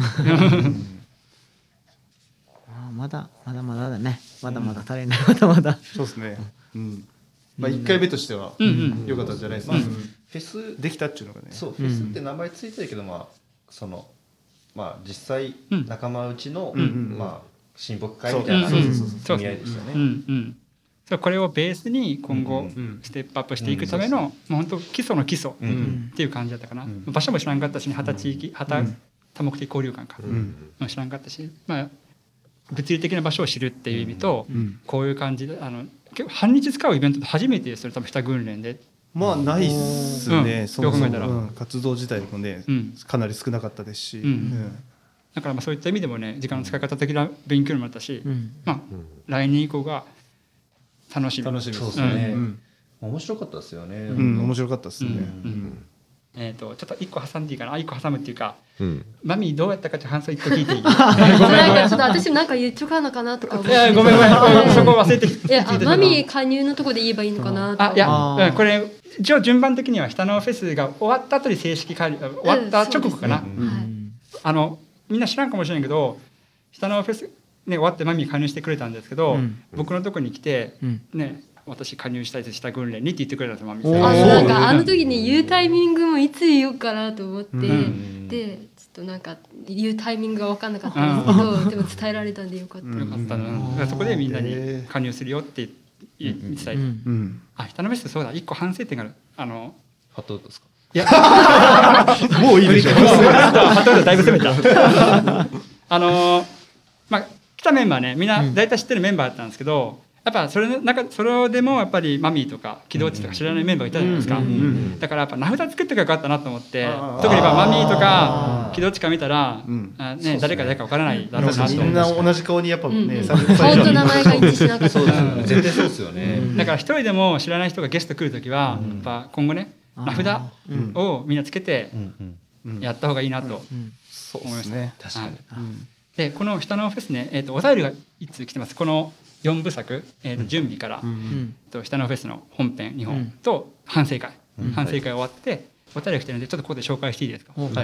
まだだね。まだ足りない。まだ。 そうですね。1回目としては良かったんじゃないですか。フェスできたっていうのがね。 そうフェスって名前ついてるけど実際仲間内の親睦会みたいな意味合いでしたね。 これをベースに今後ステップアップしていくための本当基礎の基礎っていう感じだったかな。場所も知らんかったしね、多目的交流館か知らんかったし、物理的な場所を知るっていう意味と、こういう感じで結構半日使うイベントって初めてそれ多分した訓練で。 ないっすね。そう考えたら活動自体もねかなり少なかったですし。 だからそういった意味でもね、時間の使い方的な勉強にもなったし、来年以降が楽しみ。 そうですね。面白かったですよね。 面白かったですね。 ちょっと1個挟んでいいかな。1個挟むっていうか、マミどうやったかちょっと感想1個聞いていい？ ごめん、ちょっと私なんか言っちゃうのかなとか思って。 ごめんそこ忘れて聞いてた。 マミ加入のとこで言えばいいのかなと。 いやこれ一応順番的には日野フェスが終わった後に正式終わった直後かな。みんな知らんかもしれないけど、日野フェスね終わってマミ加入してくれたんですけど、僕のとこに来てね。私加入したいとした訓練にって言ってくれたんですよ、マミさん。 なんかの時に言うタイミングもいつ言おうかなと思って、でちょっとなんか言うタイミングが分かんなかったんですけど、でも伝えられたんでよかった。よかったな。そこでみんなに加入するよって伝えて、日野フェスそうだ、一個反省点がある。 ハトウッドですか？ いやもういいでしょ。 ハトウッドだいぶ攻めた。来たメンバーね、みんな大体知ってるメンバーだったんですけど、やっぱそれでもやっぱりマミーとか機動地とか知らないメンバーがいたじゃないですか。だからやっぱ名札作ってよかったなと思って、特にマミーとか機動地から見たら誰か分からないだろうなと。 みんな同じ顔にやっぱね、 顔と名前が一致しなかった。 絶対そうですよね。 だから一人でも知らない人がゲスト来るときはやっぱ今後ね、名札をみんなつけてやった方がいいなと思いましたね。確かに。でこの日野フェスね、お便りがいつ来てます。この4部作、準備から、日野フェスの本編2本と反省会終わってお便りが来てるので、ちょっとここで紹介していいですか？はい。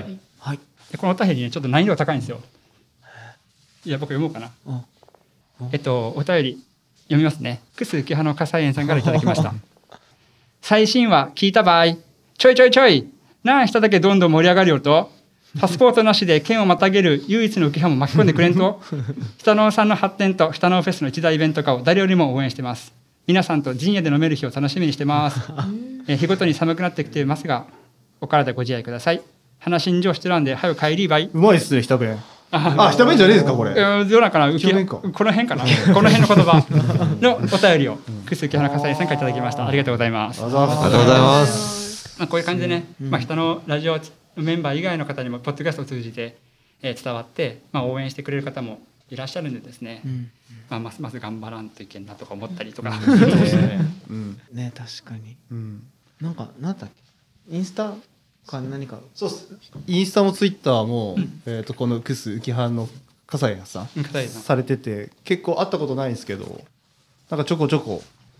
でこのお便りね、ちょっと難易度が高いんですよ。いや僕読もうかな。お便り読みますね。クス浮葉の笠園さんからいただきました。最新話聞いた場合、ちょい何人だけどんどん盛り上がるよと、パスポートなしで県をまたげる唯一の浮葉も巻き込んでくれんと、日野さんの発展と日野フェスの一大イベント化を誰よりも応援してます。皆さんと陣屋で飲める日を楽しみにしてます。日ごとに寒くなってきてますが、お体ご自愛ください。話に上してるんで早く帰りばい。 うまいっすね、日田弁。日田弁じゃねえですかこれ。 どうなんかな、この辺かな、この辺の言葉のお便りを楠木花笠さんからいただきました。ありがとうございます。 ありがとうございます。 こういう感じでね、人のラジオメンバー以外の方にもポッドキャストを通じて伝わって、応援してくれる方もいらっしゃるんでですね、ますます頑張らんといけんなとか思ったりとか。 ね、確かに。なんかなんだっけ、インスタか何か。 そうっす。インスタもツイッターもこの楠浮葉の笠谷さんされてて、結構会ったことないんですけど、なんかちょこちょこ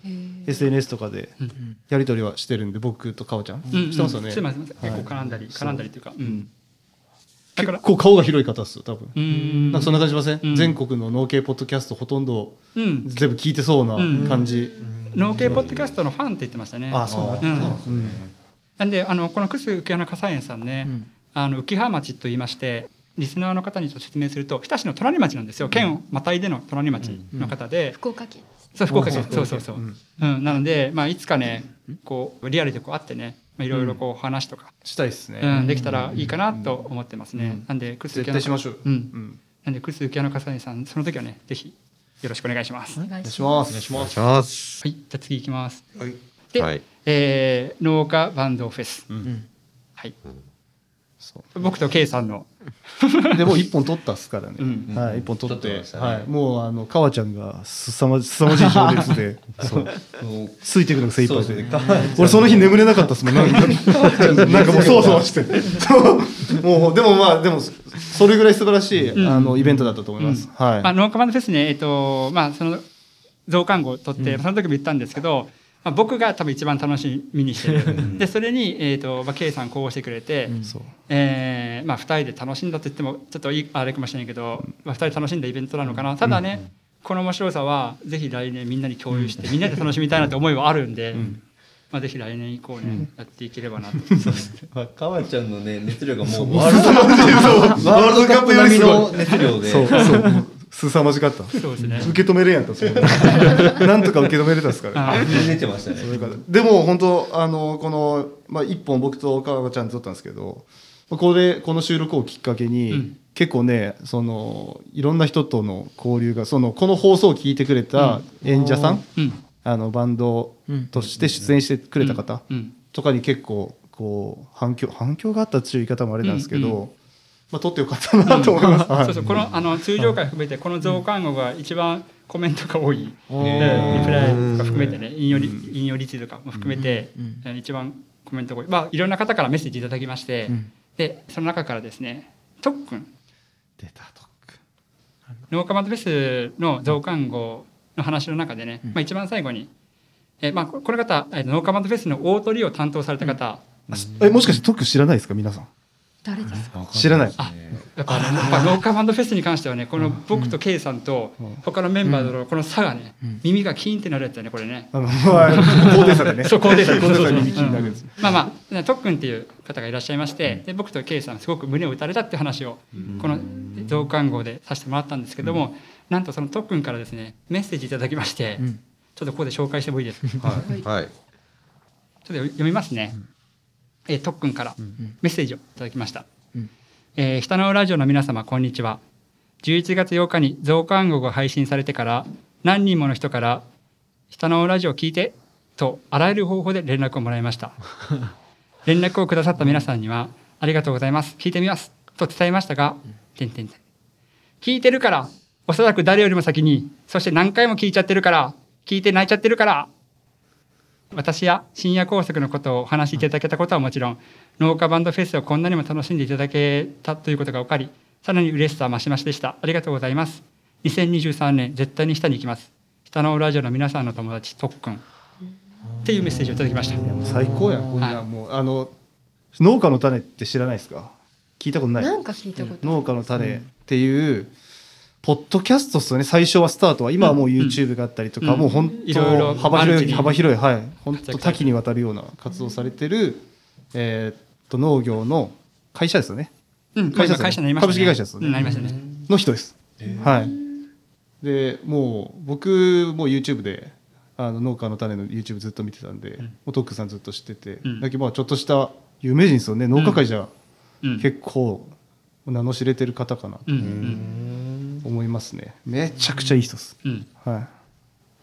SNS とかでやり取りはしてるんで、僕とかおちゃんしてますよね。 してます。結構絡んだりというか。 結構顔が広い方ですよ多分。なんかそんな感じしません？全国の農系ポッドキャストほとんど全部聞いてそうな感じ。 農系ポッドキャストのファンって言ってましたね。 あ、そうなんでこの楠浮葉の笠園さんね、浮葉町と言いまして、リスナーの方に説明すると日田市の隣町なんですよ。県をまたいでの隣町の方で、 福岡県。 そう福岡県、そうなのでいつかねこうリアルでこう会ってね、いろいろこう話とかしたいですね。 できたらいいかなと思ってますね。なんで絶対しましょう。 なんで楠浮葉の笠園さん、その時はねぜひよろしくお願いします。 お願いします。 はい、じゃあ次いきます。で、農家バンドフェス。はい。僕と K さんのでも1本取ったっすからね。はい、1本取って、もう川ちゃんが凄まじい情熱でついていくのが精一杯で、俺その日眠れなかったっすもん。なんかもうそわそわして、もうでもそれぐらい素晴らしいイベントだったと思います。 農家バンドフェスね、その増刊号を取ってその時も言ったんですけど、僕が多分一番楽しみにしてる。でそれにK さんこうしてくれて、2人で楽しんだと言ってもちょっとあれかもしれないけど、2人楽しんだイベントなのかな。ただね、この面白さはぜひ来年みんなに共有してみんなで楽しみたいなって思いはあるんで、ぜひ来年以降ねやっていければなと。 川ちゃんのね熱量がもうワールドカップ並みの熱量で。 凄まじかった。 そうですね。 受け止めれんやったなんとか受け止めれたっすからね。 出てましたね。 でも本当この一本僕と川ちゃん撮ったんですけど、この収録をきっかけに結構ね、いろんな人との交流がこの放送を聞いてくれた演者さん、バンドとして出演してくれた方とかに結構こう反響があったっていう言い方もあれなんですけど。撮ってよかったなと思います。 この通常回含めてこの増刊号が一番コメントが多い、リプライとか含めてね、引用リツイートとかも含めて一番コメントが多い。いろんな方からメッセージいただきまして、でその中からですね、特訓出た特訓農家バンドフェスの増刊号の話の中でね、一番最後にこの方農家バンドフェスの大トリを担当された方、 もしかして特訓知らないですか皆さん？ 誰ですか？ 知らない。 やっぱ農家バンドフェスに関してはね、この僕と K さんと他のメンバーとのこの差がね、耳がキーンってなるやつだねこれね。 高低差でね。そう高低差耳キーンなるやつ。 特訓っていう方がいらっしゃいまして、で僕と K さんすごく胸を打たれたって話をこの増刊号でさせてもらったんですけども、なんとその特訓からですねメッセージいただきまして、ちょっとここで紹介してもいいですか？ はい。 ちょっと読みますね。特訓からメッセージをいただきました。北のラジオの皆様こんにちは。11月8日に増刊号が配信されてから何人もの人から北のラジオ聞いてとあらゆる方法で連絡をもらいました。連絡をくださった皆さんにはありがとうございます、聞いてみますと伝えましたが、聞いてるから、おそらく誰よりも先に、そして何回も聞いちゃってるから、聞いて泣いちゃってるから、私や深夜拘束のことをお話しいただけたことはもちろん、農家バンドフェスをこんなにも楽しんでいただけたということが分かり、さらに嬉しさは増し増しでした。ありがとうございます。2023年絶対に下に行きます。北のラジオの皆さんの友達特訓っていうメッセージをいただきました。 最高やんこんな、もう農家の種って知らないですか？聞いたことない？ なんか聞いたこと。 農家の種っていうポッドキャストっすよね。最初はスタートは、今はもう YouTube があったりとか、もう本当幅広い、はい、本当多岐にわたるような活動されてる農業の会社ですよね。 会社になりましたね。 株式会社ですよね。 なりましたね。 の人です。はい。でもう僕も YouTube で農家の種の YouTube ずっと見てたんで、トックさんずっと知ってて、だけどちょっとした有名人ですよね。農家会じゃ結構名の知れてる方かなと思いますね。めちゃくちゃいい人です。はい。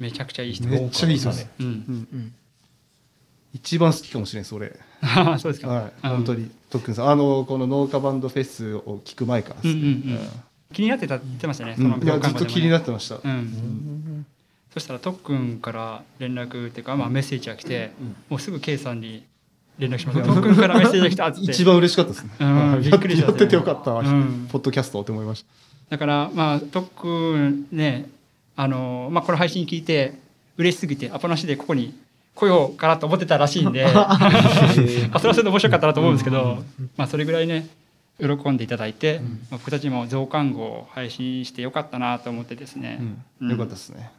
めちゃくちゃいい人。 めっちゃいい人です。一番好きかもしれないです俺。 そうですか。 はい、本当に特にこの農家バンドフェスを聞く前からですね。 気になって言ってましたね。 いやずっと気になってました。 そしたら特訓から連絡っていうか、メッセージが来て、もうすぐ K さんに連絡しました。特訓からメッセージが来たって。 一番嬉しかったですね。 びっくりした。 やっててよかった、ポッドキャストって思いました。 だから特訓ね、この配信聞いて嬉しすぎてアポなしでここに来ようかなと思ってたらしいんで、それはそれで面白かったなと思うんですけど、それぐらいね喜んでいただいて、僕たちも増刊号を配信してよかったなと思ってですね。 よかったですね。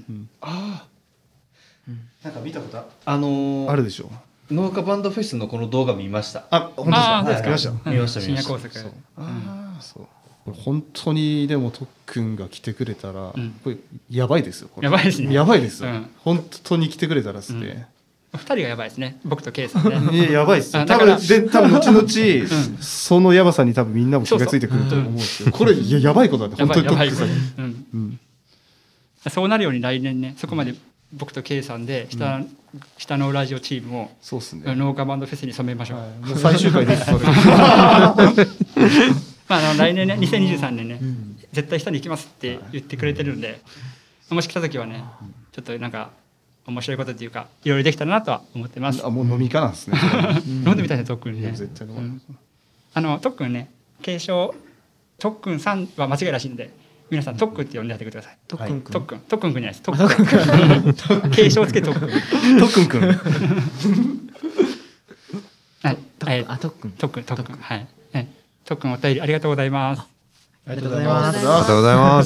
なんか見たことあるでしょ。 農家バンドフェスのこの動画見ました。 本当ですか。 見ました。 深夜工作。 そう。本当にでも特訓が来てくれたら、これやばいですよ。 やばいですね。 やばいですよ。本当に来てくれたらですね。 2人がやばいですね。僕と K さんね。 やばいですよ。多分後々そのやばさに多分みんなも気がついてくると思うんですけど、これやばいことだって本当に特訓さん。 そうなるように来年ね、そこまで僕と K さんで下のラジオチームを農家バンドフェスに染めましょう。 もう最終回です。それ。 来年ね、2023年ね、絶対下に行きますって言ってくれてるんで、もし来た時はね、ちょっとなんか面白いことっていうかいろいろできたらなとは思ってます。 もう飲みかなんですね。 飲んでみたいね、特訓ね。 絶対飲む。 特訓ね、継承特訓さんは間違いらしいんで、皆さん特訓って呼んでやってください。特訓君じゃないです。特訓。継承つけ特訓。 特訓君。 はい。特訓。はい。特訓お便りありがとうございます。 ありがとうございます。 ありがとうございます。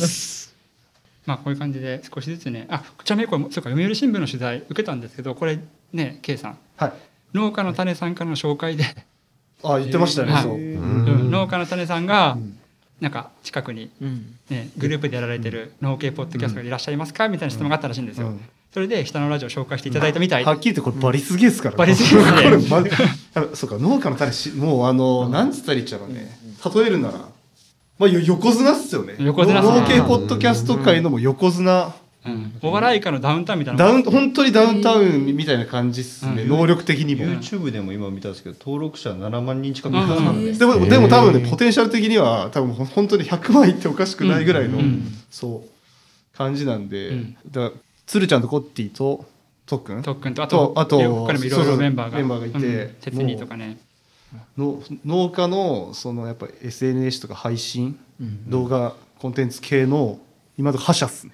こういう感じで少しずつね、ちなみにこれそうか、読売新聞の取材受けたんですけど、これね、K さん、農家の種さんからの紹介で、 言ってましたね。そう。 農家の種さんがなんか近くにねグループでやられてる農系ポッドキャストがいらっしゃいますかみたいな質問があったらしいんですよ。それで下のラジオを紹介していただいたみたい。 はっきり言ってこれバリすげえですから。 バリすげえですね。 そうか、農家の種もうなんつったらいいっちゃうのね。例えるなら、横綱っすよね。 横綱。 農系ポッドキャスト界のも横綱。 お笑い界のダウンタウンみたいな。 本当にダウンタウンみたいな感じっすね。能力的にも。 YouTube でも今見たんですけど、登録者7万人近くいますからね。 でも多分ね、ポテンシャル的には多分本当に100万いっておかしくないぐらいのそう感じなんで、だから鶴ちゃんとコッティと特訓とあと他にもいろいろメンバーがいて、 鉄人とかね。 農家のそのやっぱ SNS とか配信、動画コンテンツ系の今の覇者っすね。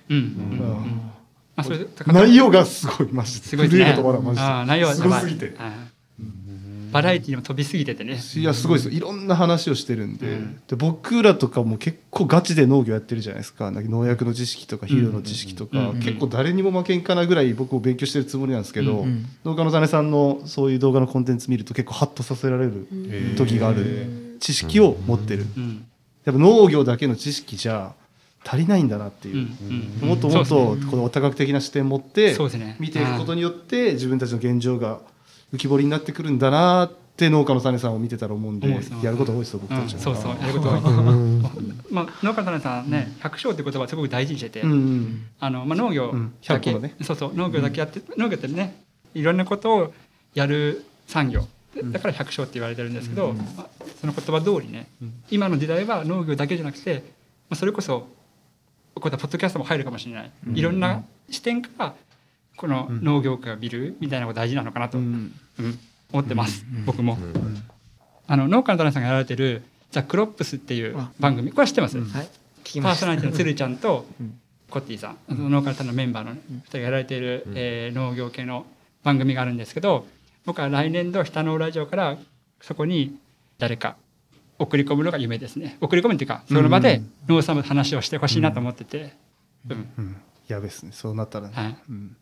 内容がすごいマジで。 すごいですね。 内容はすごすぎて。 バラエティにも飛びすぎててね。 いやすごいですよ。いろんな話をしてるんで、僕らとかも結構ガチで農業やってるじゃないですか。農薬の知識とか肥料の知識とか、結構誰にも負けんかなぐらい僕も勉強してるつもりなんですけど、農家の種さんのそういう動画のコンテンツ見ると結構ハッとさせられる時がある。知識を持ってる。やっぱ農業だけの知識じゃ足りないんだなっていう、もっともっとこの多角的な視点を持って見ていくことによって自分たちの現状が浮き彫りになってくるんだなって農家の種さんを見てたら思うんで、やること多いですよ僕たちは。 そうやること多い。農家の種さんね、百姓って言葉はすごく大事にしてて、農業だけ農業だけやって農業ってねいろんなことをやる産業だから百姓って言われてるんですけど、その言葉通りね、今の時代は農業だけじゃなくてそれこそこういったポッドキャストも入るかもしれない、いろんな視点からこの農業界を見るみたいなこと大事なのかなと思ってます、僕も。農家の種さんがやられてるザ・クロップスっていう番組、これは知ってます？パーソナリティのつるちゃんとコッティさん、農家の種のメンバーの2人がやられている農業系の番組があるんですけど、僕は来年度下のラジオからそこに誰か送り込むのが夢ですね。送り込むっていうかその場で農産物の話をしてほしいなと思ってて、 やべっすね、そうなったらね。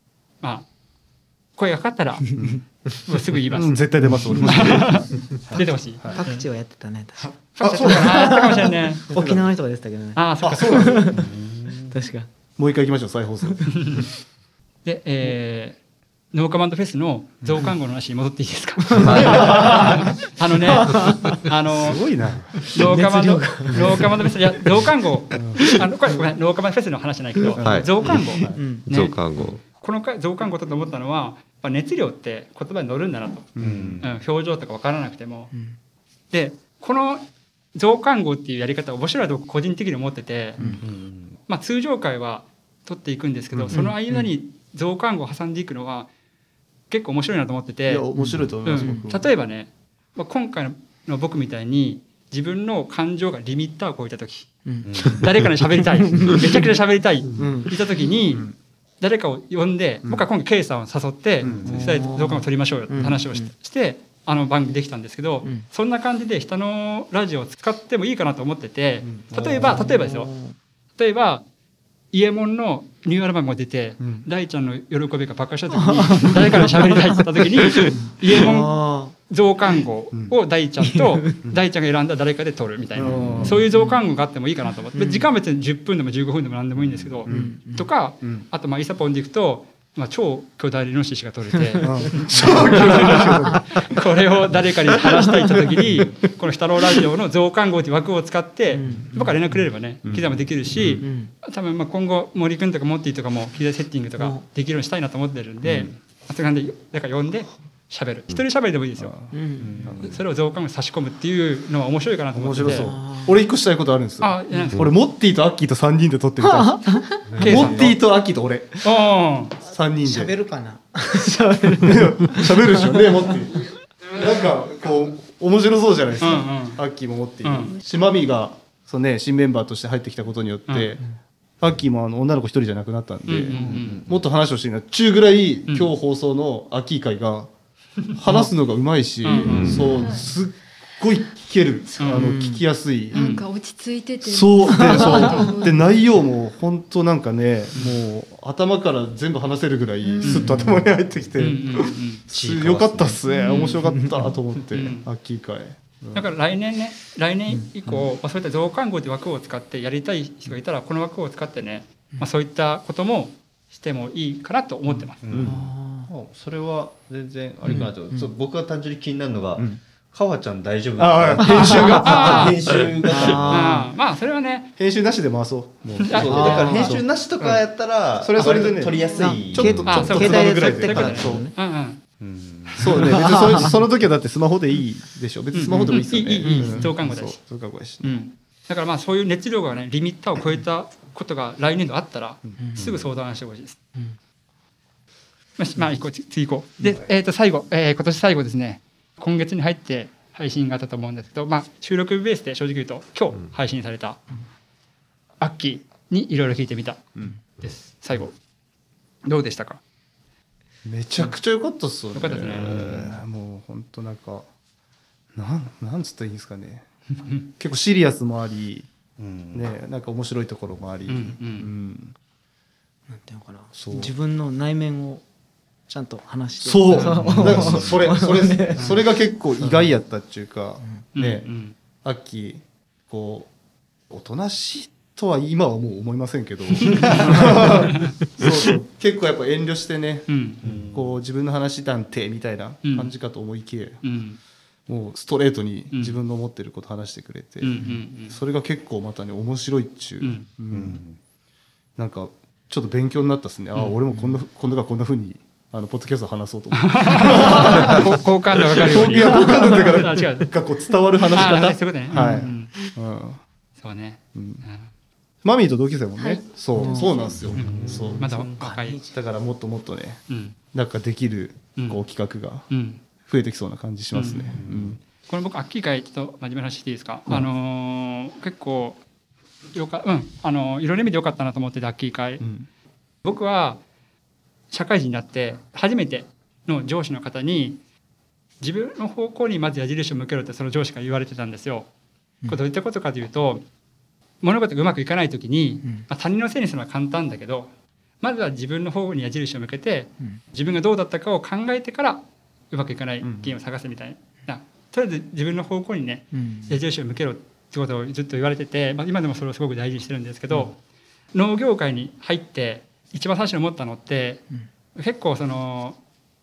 声がかかったらもうすぐ言います。 絶対出ます。俺も出てほしい。 パクチーをやってたね。 そうだな、かもしれないね。 沖縄の人が出てたけどね。 そうなんです。 確か。 もう一回行きましょう、再放送。 で、 農家バンドフェスの増刊号の話に戻っていいですか？すごいな。 農家バンドフェス、いや増刊号、これごめん、農家バンドフェスの話じゃないけど、増刊号、 増刊号、 この増刊号と思ったのは、熱量って言葉に乗るんだなと、表情とか分からなくても、でこの増刊号っていうやり方面白いと個人的に思ってて、通常回は取っていくんですけど、その間に増刊号を挟んでいくのは結構面白いなと思ってて、 面白いと思います。 例えばね、今回の僕みたいに自分の感情がリミッターを超えた時、誰かに喋りたい、めちゃくちゃ喋りたい、言った時に誰かを呼んで、僕は今回 K さんを誘って増刊号を取りましょうよって話をして番組できたんですけど、そんな感じで人のラジオを使ってもいいかなと思ってて、例えばですよ、例えば伊右衛門のニューアルバムが出て、大ちゃんの喜びが爆発した時に誰から喋りたいって言った時に伊右衛門増刊号を大ちゃんと大ちゃんが選んだ誰かで撮るみたいな、そういう増刊号があってもいいかなと思って、時間は別に10分でも15分でも何でもいいんですけど、とか、あとイサポンでいくと超巨大イノシシが撮れてこれを誰かに話したいって時にこの「日太郎ラジオ」の増刊号という枠を使って僕は連絡くれればね機材もできるし、多分今後森君とかモッティとかも機材セッティングとかできるようにしたいなと思ってるんで、そういう感じで誰か呼んで喋る、一人喋りでもいいですよ、それを増刊号に差し込むっていうのは面白いかなと思ってて。 面白そう。俺一個したいことあるんですよ。俺モッティとアッキーと3人で撮ってみたい。モッティとアッキーと俺3人で喋るかな。 喋るでしょね、モッティ。なんかこう面白そうじゃないですか、アッキーもモッティ。島美がそうね、新メンバーとして入ってきたことによって、アッキーも女の子一人じゃなくなったんで、もっと話をしていいな中ぐらい今日放送のアッキー会が話すのがうまいし、そうすっごい聞ける、聞きやすい、 なんか落ち着いてて、 そうで内容も本当なんかね、もう頭から全部話せるぐらいスッと頭に入ってきて、よかったっすね、面白かったと思って、アッキー会。 だから来年以降、そういった増刊号という枠を使ってやりたい人がいたらこの枠を使ってね、そういったこともしてもいいかなと思ってます。 それは全然ありかなと、僕が単純に気になるのが、川ちゃん大丈夫編集が編集がそれはね、 編集なしで回そう。 だから編集なしとかやったらそれでね撮りやすい、 ちょっと携帯で撮ってからそうね、別にその時はだってスマホでいいでしょ。別にスマホでもいいですよね。 いい増刊号だし。 増刊号だし。 だからそういう熱量がねリミッターを超えたことが来年度あったらすぐ相談してほしいです。次行こう。で、最後、今年最後ですね。今月に入って配信があったと思うんですけど、収録ベースで正直言うと今日配信されたアッキーにいろいろ聞いてみたです。最後どうでしたか？ めちゃくちゃ良かったっすよね。 良かったですね。 もう本当なんかなんつったらいいんですかね。結構シリアスもあり、ね、なんか面白いところもあり、なんていうのかな、自分の内面をちゃんと話して、 それが結構意外やったっていうか、ね、アッキーこうおとなしいとは今はもう思いませんけどそう結構やっぱ遠慮してね、こう自分の話なんてみたいな感じかと思いきや、もうストレートに自分の思ってること話してくれて、それが結構またね面白いっちゅう、なんかちょっと勉強になったですね。俺も今度がこんな風にポッドキャスト話そうと思って好感度が上がるように好感度がこう伝わる話し方、 そうね、 マミーと同級生もんね、そうなんですよ。 まだ若い。 だからもっともっとね、なんかできるこう企画が増えてきそうな感じしますね。 これ僕アッキー会ちょっと真面目な話していいですか？結構いろんな意味で良かったなと思ってて、アッキー会。僕は社会人になって初めての上司の方に自分の方向にまず矢印を向けろってその上司が言われてたんですよ。これどういったことかというと、物事がうまくいかない時に、他人のせいにするのは簡単だけど、まずは自分の方に矢印を向けて、自分がどうだったかを考えてからうまくいかない原因を探すみたいな、とりあえず自分の方向にね矢印を向けろってことをずっと言われてて、今でもそれをすごく大事にしてるんですけど、農業界に入って一番最初に思ったのって、結構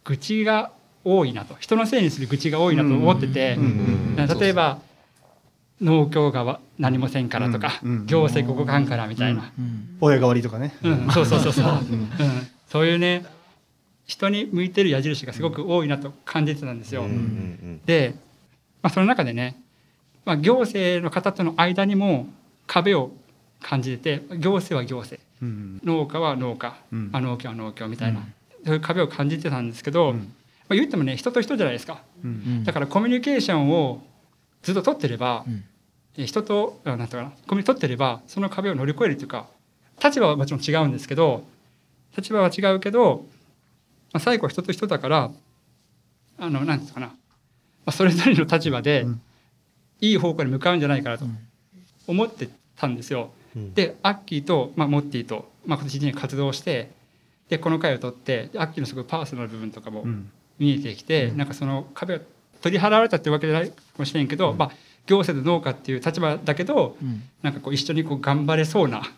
愚痴が多いなと、人のせいにする愚痴が多いなと思ってて、例えば農協が何もせんからとか、行政ここかんからみたいな、 親代わりとかね、 そうそういうね人に向いてる矢印がすごく多いなと感じてたんですよ。で、その中でね、行政の方との間にも壁を感じてて、行政は行政、農家は農家、農協は農協みたいな、そういう壁を感じてたんですけど、言ってもね人と人じゃないですか。だからコミュニケーションをずっと取ってれば、人となんていうかな、コミュニ取ってればその壁を乗り越えるというか、立場はもちろん違うんですけど、立場は違うけど、最後は人と人だからなんていうのかな、それぞれの立場でいい方向に向かうんじゃないかなと思ってたんですよ。でアッキーと、モッティと、今年1年活動して、でこの回を取って、アッキーのすごいパーソナル部分とかも見えてきて、なんかその壁を取り払われたっていうわけじゃないかもしれんけど、行政と農家っていう立場だけど、なんかこう一緒にこう頑張れそうな、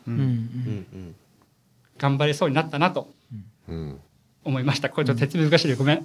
頑張れそうになったなと思いました。これちょっと説明難しいでごめん。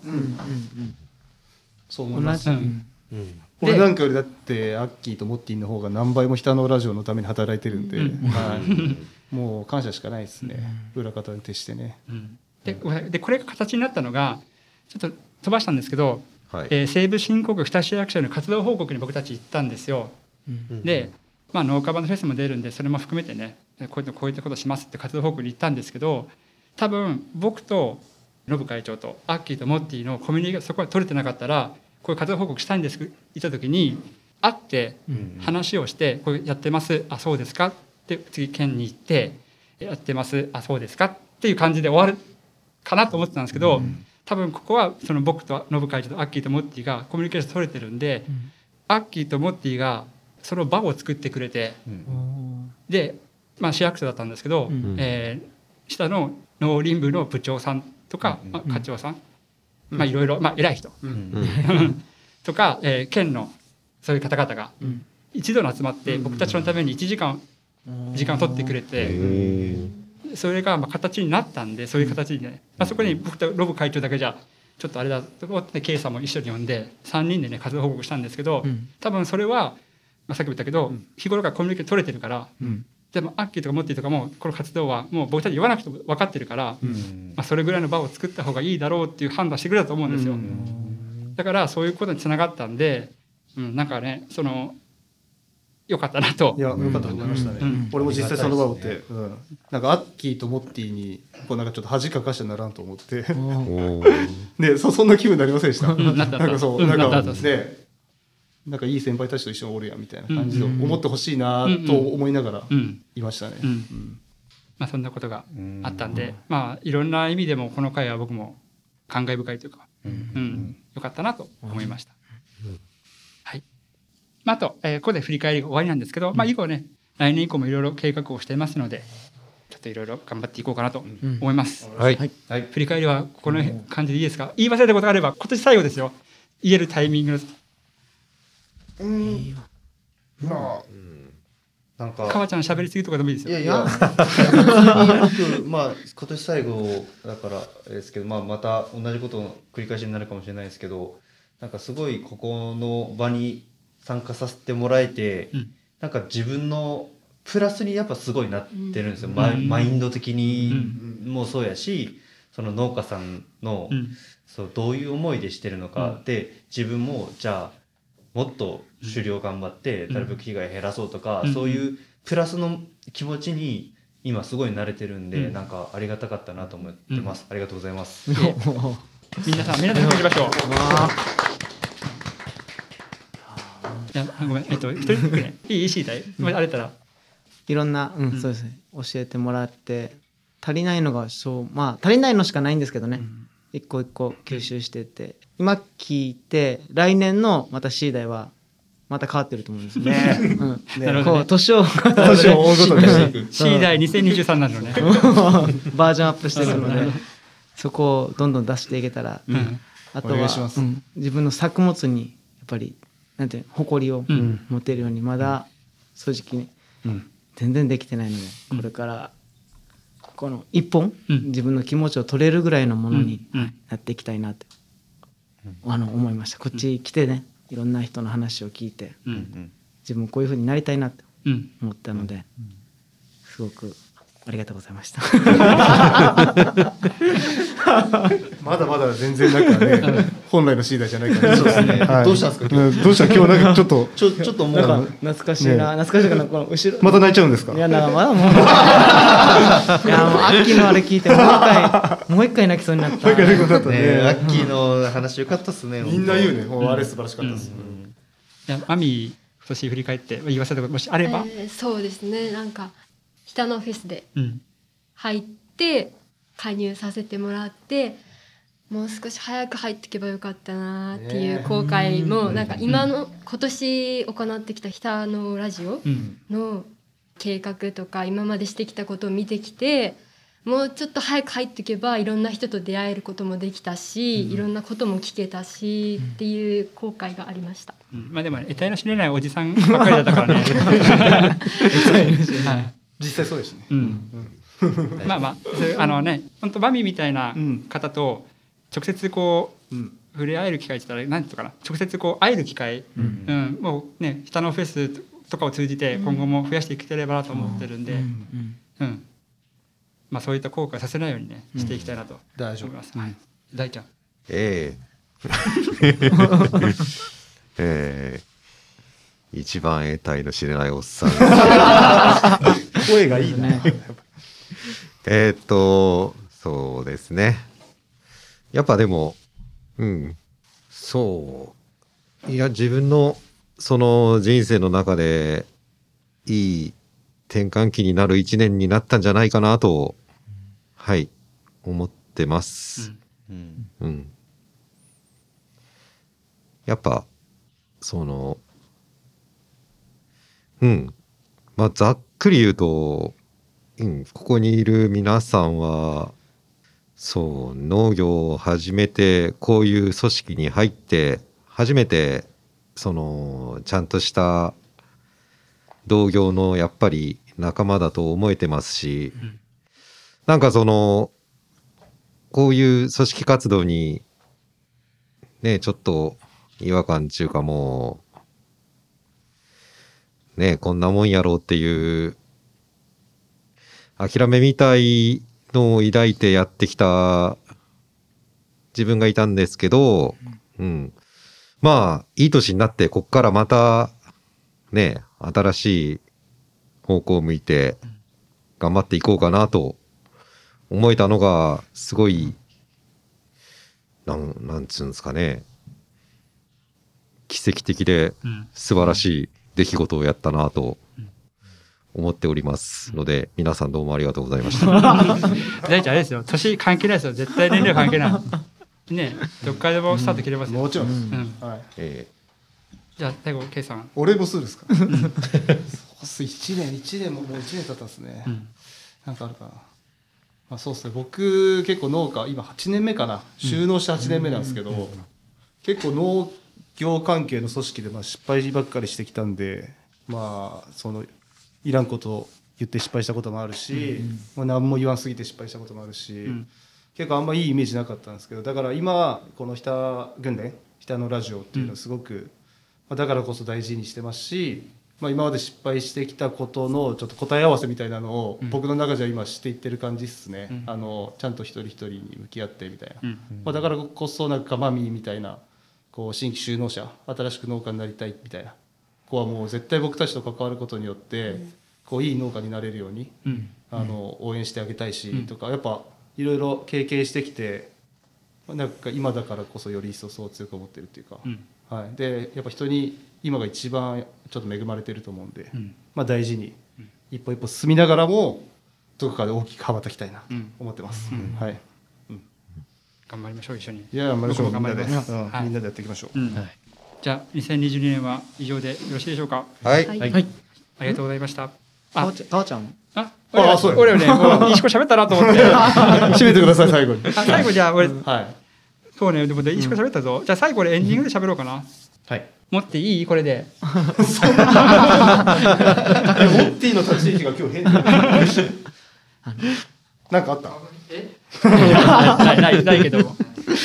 そう思います。俺なんかよりだってアッキーとモッティの方が何倍も北のラジオのために働いてるんで、もう感謝しかないですね、裏方に徹してね。 でこれが形になったのが、ちょっと飛ばしたんですけど、西部新興区日田市役所の活動報告に僕たち行ったんですよ。で、農家場のフェスも出るんで、それも含めてね、こういったことしますって活動報告に行ったんですけど、多分僕とノブ会長とアッキーとモッティのコミュニケーションがそこは取れてなかったら、こういう活動報告したいんですって言った時に会って話をして、これやってます、あそうですかって次県に行って、やってます、あそうですかっていう感じで終わるかなと思ってたんですけど、多分ここはその僕とノブ会長とアッキーとモッティがコミュニケーション取れてるんで、アッキーとモッティがその場を作ってくれて、で、市役所だったんですけど、下の農林部の部長さんとか、課長さん、いろいろ、偉い人、とか、県のそういう方々が一度に集まって僕たちのために1時間時間を取ってくれて、それが形になったんで、そういう形でね、そこに僕とロブ会長だけじゃちょっとあれだと思って、Kさんも一緒に呼んで3人でね活動報告したんですけど、多分それは、さっきも言ったけど、日頃からコミュニケーション取れてるから、でもアッキーとかモッティとかもこの活動はもう僕たち言わなくても分かってるから、それぐらいの場を作った方がいいだろうっていう判断してくれたと思うんですよ。だからそういうことにつながったんで、なんかね、よかったなと。 いや、よかったと思いましたね。俺も実際その場をって、なんかアッキーとモッティにこうなんかちょっと恥かかしてならんと思って、でそんな気分になりませんでした。なんかそうなんかね、なんかいい先輩たちと一緒におるやんみたいな感じで思ってほしいなと思いながらいましたね。 そんなことがあったんで、いろんな意味でもこの回は僕も感慨深いというか、よかったなと思いました。はい。あと、ここで振り返りが終わりなんですけど、以降ね、来年以降もいろいろ計画をしていますので、ちょっといろいろ頑張っていこうかなと思います。振り返りはこの感じでいいですか？言い忘れたことがあれば今年最後ですよ。言えるタイミングなんか川ちゃん喋りすぎとかでもいいですよ。 いや今年最後だからですけど、また同じことの繰り返しになるかもしれないですけど、なんかすごいここの場に参加させてもらえて、なんか自分のプラスにやっぱすごいなってるんですよ。マインド的にもそうやし、その農家さんの、そうどういう思いでしてるのかで、自分もじゃあもっと狩猟頑張ってなるべく被害減らそうとか、そういうプラスの気持ちに今すごい慣れてるんで、なんかありがたかったなと思ってます。ありがとうございます。 皆さんで行きましょう。ごめん、一人ずつね、いい知りたい。あれたらいろんな、そうですね、教えてもらって、足りないのが足りないのしかないんですけどね、一個一個吸収してって今聞いて、来年のまた C 代はまた変わってると思うんですね。こう年を追うごとに C 代2023なのねバージョンアップしてるので、そこをどんどん出していけたら、あとは自分の作物にやっぱりなんて誇りを持てるように、まだ正直ね、全然できてないので、これからこの一本、自分の気持ちを取れるぐらいのものになっていきたいなって思いました。こっち来てね、いろんな人の話を聞いて、自分もこういう風になりたいなって思ったので、すごくありがとうございました。 まだまだ全然なんかね、本来のシーダーじゃないから。そうですね。 どうしたんですか。 どうした今日なんかちょっと思う。懐かしいな、懐かしいかな、この後ろ。 また泣いちゃうんですか。 いや、なんかまだもう。いや、もうアッキーのあれ聞いてもう一回泣きそうになった。 アッキーの話良かったですね。 みんな言うね。あれ素晴らしかったです。 いや、マミ今年振り返って言わせたこともしあれば。 そうですね。なんか北のフェスで入って加入させてもらって、もう少し早く入っていけばよかったなっていう後悔も、なんか今年行ってきた北のラジオの計画とか今までしてきたことを見てきて、もうちょっと早く入っていけばいろんな人と出会えることもできたし、いろんなことも聞けたしっていう後悔がありました。 まあでも得体の知れないおじさんばっかりだったからね。 実際そうですね。 まあまあね、本当バミみたいな方と直接こう触れ合える機会って言ったら何ていうかな、直接こう会える機会、もうね、北のフェスとかを通じて今後も増やしていければなと思ってるんで、まあそういった後悔させないようにねしていきたいなと思います。大ちゃん。 一番得体の知れないおっさん。 声がいいね。 そうですね。やっぱでも、いや、自分のその人生の中でいい転換期になる一年になったんじゃないかなと、思ってます。やっぱまあざっくり言うと、ここにいる皆さんは農業を始めて、こういう組織に入って初めてちゃんとした同業のやっぱり仲間だと思えてますし、なんかこういう組織活動にね、ちょっと違和感っていうか、もうね、こんなもんやろうっていう諦めみたいのを抱いてやってきた自分がいたんですけど、まあいい年になってこっからまたね、新しい方向を向いて頑張っていこうかなと思えたのが、すごいなんつうんですかね、奇跡的で素晴らしい出来事をやったなと思っておりますので、皆さんどうもありがとうございました。 大ちゃんあれですよ、年関係ないですよ、絶対年齢関係ないね、どっからでもスタート切れますよ。 もちろん。 じゃあ最後 K さん。 俺もそうですか。そう1年もう1年経ったんですね。なんかあるかな。まあそうですね。僕結構農家今8年目かな。就農して8年目なんですけど、結構農業関係の組織で失敗ばっかりしてきたんで、まあいらんことを言って失敗したこともあるし、何も言わんすぎて失敗したこともあるし、結構あんまいいイメージなかったんですけど、だから今この北軍連北のラジオっていうのはすごく、だからこそ大事にしてますし、今まで失敗してきたことのちょっと答え合わせみたいなのを僕の中じゃ今していってる感じですね。ちゃんと一人一人に向き合ってみたいな、だからこそなんかマミーみたいな新規就農者、新しく農家になりたいみたいな子はもう絶対僕たちと関わることによっていい農家になれるように応援してあげたいしとか、やっぱいろいろ経験してきて、なんか今だからこそより一層そう強く思ってるっていうか、でやっぱ人に今が一番ちょっと恵まれてると思うんで、大事に一歩一歩進みながらもどこかで大きく羽ばたきたいなと思ってます。 頑張りましょう、一緒に。 いや、頑張りましょう。 頑張ります。 みんなでやっていきましょう。 じゃあ2022年は以上でよろしいでしょうか。 はい。 ありがとうございました。 かおちゃん。 俺はね、もういいしこ喋ったなと思って。 締めてください、最後に。 最後じゃあ俺、そうね、でもいいしこ喋ったぞ。じゃあ最後でエンディングで喋ろうかな。持っていいこれで。 モッティの立ち位置が今日変だ。 なんかあった？ ないけども。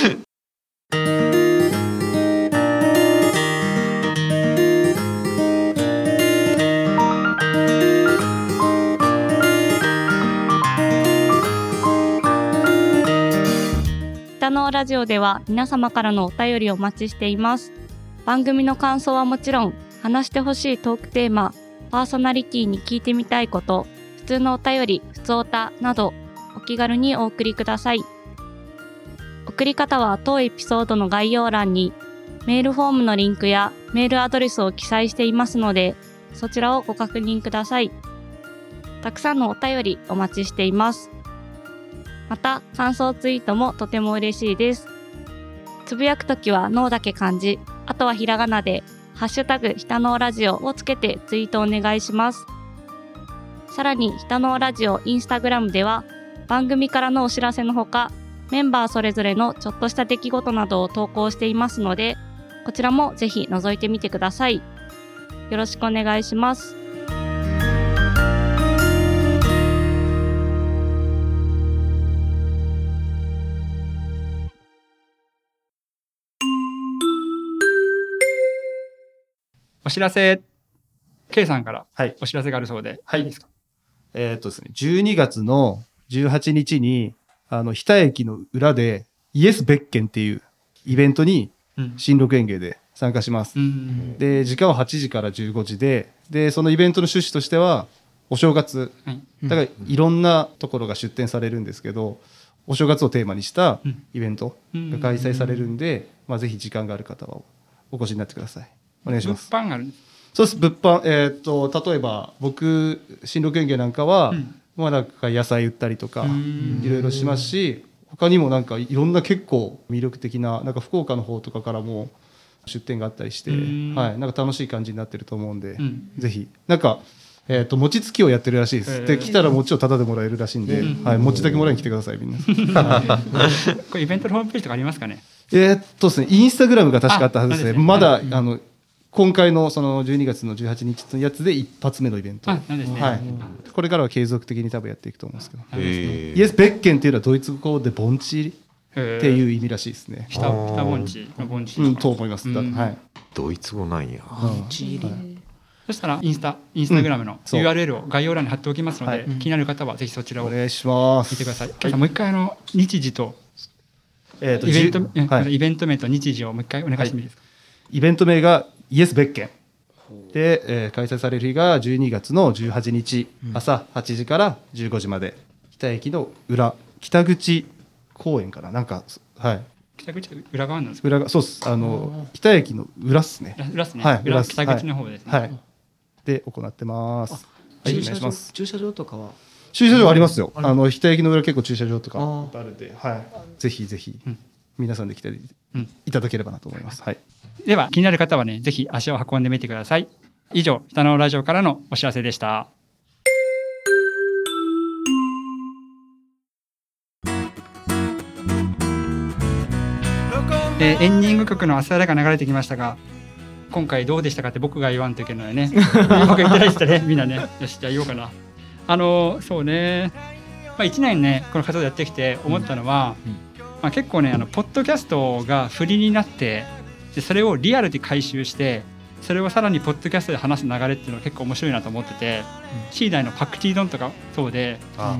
北のラジオでは皆様からのお便りをお待ちしています。番組の感想はもちろん、話してほしいトークテーマ、パーソナリティに聞いてみたいこと、普通のお便り、普通おたなどお気軽にお送りください。送り方は当エピソードの概要欄にメールフォームのリンクやメールアドレスを記載していますので、そちらをご確認ください。たくさんのお便りお待ちしています。また感想ツイートもとても嬉しいです。つぶやくときは脳だけ漢字、あとはひらがなでハッシュタグひたのラジオをつけてツイートお願いします。さらにひたのラジオインスタグラムでは番組からのお知らせのほか、メンバーそれぞれのちょっとした出来事などを投稿していますので、こちらもぜひ覗いてみてください。よろしくお願いします。 お知らせ、K さんからお知らせがあるそうで、 はい、 いいですか？ ですね、12月の18日に日田駅の裏でイエス別件っていうイベントに新緑園芸で参加します。で、時間は8時から15時で、そのイベントの趣旨としてはお正月、だからいろんなところが出展されるんですけど、お正月をテーマにしたイベントが開催されるんで、ぜひ時間がある方はお越しになってください。お願いします。 物販があるんです。 そうです。物販、例えば僕新緑園芸なんかは、なんか野菜売ったりとかいろいろしますし、他にもなんかいろんな結構魅力的な、なんか福岡の方とかからも出店があったりして、はい、なんか楽しい感じになってると思うんで、ぜひなんか餅つきをやってるらしいです。で、来たら餅をタダでもらえるらしいんで、はい、餅だけもらいに来てくださいみんな。 これイベントのホームページとかありますかね？ ですね、インスタグラムが確かあったはずですね。まだ今回のその12月の18日のやつで一発目のイベント。はい。これからは継続的に多分やっていくと思うんですけど。イエスベッケンっていうのはドイツ語で盆地っていう意味らしいですね。 北盆地の盆地。 と思います。はい。 ドイツ語なんや。 そしたらインスタグラムの URL を概要欄に貼っておきますので、気になる方はぜひそちらをお願いします。 見てください。もう一回日時とイベント名と日時をもう一回お願いしてもいいですか？ イベント名がイエス別件で、開催される日が12月の18日、朝8時から15時まで、北駅の裏北口公園かな、なんか、はい、 北口裏側なんですか？ そうです。北駅の裏っすね。 裏っすね。 はい、 裏北口の方ですね。 はい。で行ってます。はい、お願いします。 駐車場とかは？ 駐車場ありますよ。北駅の裏結構駐車場とかあるんで、はい。ぜひぜひ皆さんで来ていただければなと思います。はい。 では気になる方はね、ぜひ足を運んでみてください。以上、北のラジオからのお知らせでした。エンディング曲の朝やらが流れてきましたが、今回どうでしたかって僕が言わんといけないのよね。僕言ってないですね、みんなね。よし、じゃあ言おうかな。そうね、1年ねこの活動やってきて思ったのは、結構ねポッドキャストが振りになって、でそれをリアルで回収して、それをさらにポッドキャストで話す流れっていうのは結構面白いなと思ってて、シーダイのパクティー丼とかそうで、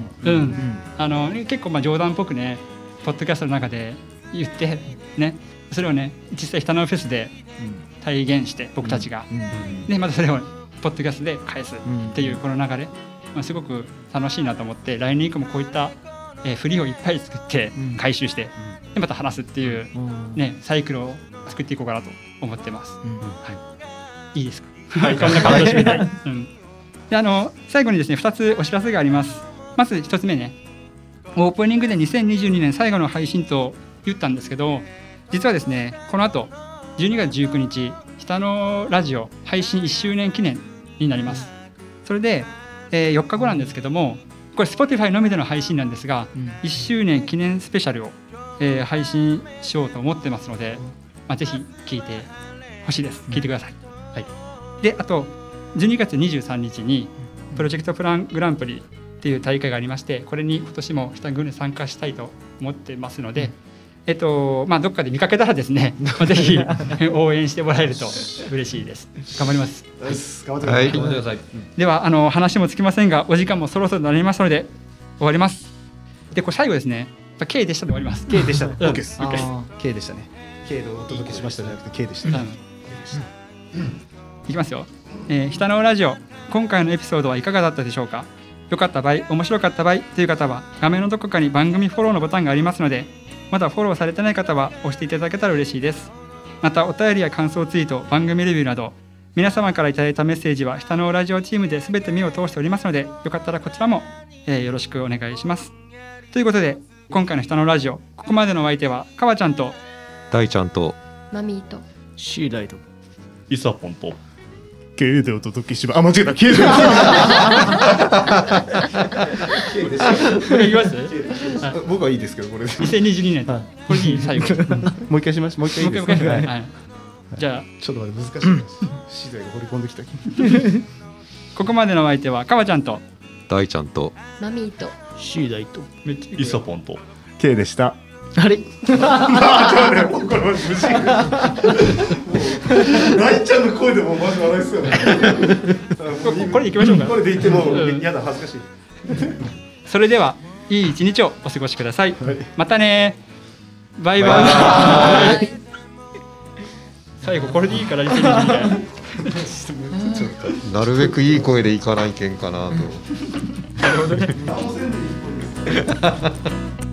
結構冗談っぽくねポッドキャストの中で言ってね、それをね実際北のフェスで体現して僕たちが、でまたそれをポッドキャストで返すっていうこの流れ、すごく楽しいなと思って、来年以降もこういった振りをいっぱい作って回収して、でまた話すっていうねサイクルを作っていこうかなと思ってます。いいですか？はい、こんな感じで締めたい。で最後にですね2つお知らせがあります。まず1つ目ね、オープニングで2022年最後の配信と言ったんですけど、実はですねこの後12月19日北のラジオ配信1周年記念になります。それで、4日後なんですけども、これ Spotify のみでの配信なんですが、1周年記念スペシャルを、配信しようと思ってますので、ぜひ聞いてほしいです。聞いてください。はい、であと12月23日にプロジェクトプラングランプリっていう大会がありまして、これに今年も下軍に参加したいと思ってますので、どっかで見かけたらですねぜひ応援してもらえると嬉しいです。頑張ります。 頑張ってください。 では話もつきませんが、お時間もそろそろなりますので終わります。でこれ最後ですね、K でしたで終わります。 K でしたね。OK です。K でしたね。K でお届けしましたじゃなくて K でしたね。 いきますよ。下のラジオ、今回のエピソードはいかがだったでしょうか。良かった場合、面白かった場合という方は画面のどこかに番組フォローのボタンがありますので、まだフォローされてない方は押していただけたら嬉しいです。またお便りや感想ツイート、番組レビューなど皆様からいただいたメッセージは下のラジオチームで全て目を通しておりますので、よかったらこちらも、よろしくお願いします。ということで今回の下のラジオ、ここまでのお相手はかわちゃんと大ちゃんとマミーとシーライトイサポンと K でお届けします。間違えた。K でこれ言います？ 僕はいいですけど、これ 2022年これに最後もう一回します。もう一回いいですか？ じゃあちょっと待って、難しいです。資材が掘り込んできた。 ここまでのお相手はかわちゃんと大ちゃんとマミーとシーライトイサポンと K でした。 あれ大ちゃんの声でもマジ笑いですよね。 これでいきましょうか。 これでいってもやだ、恥ずかしい。 それではいい一日をお過ごしください。またね、バイバイ。最後これでいいから2022年なるべくいい声でいかないけんかなと。 なるほどね。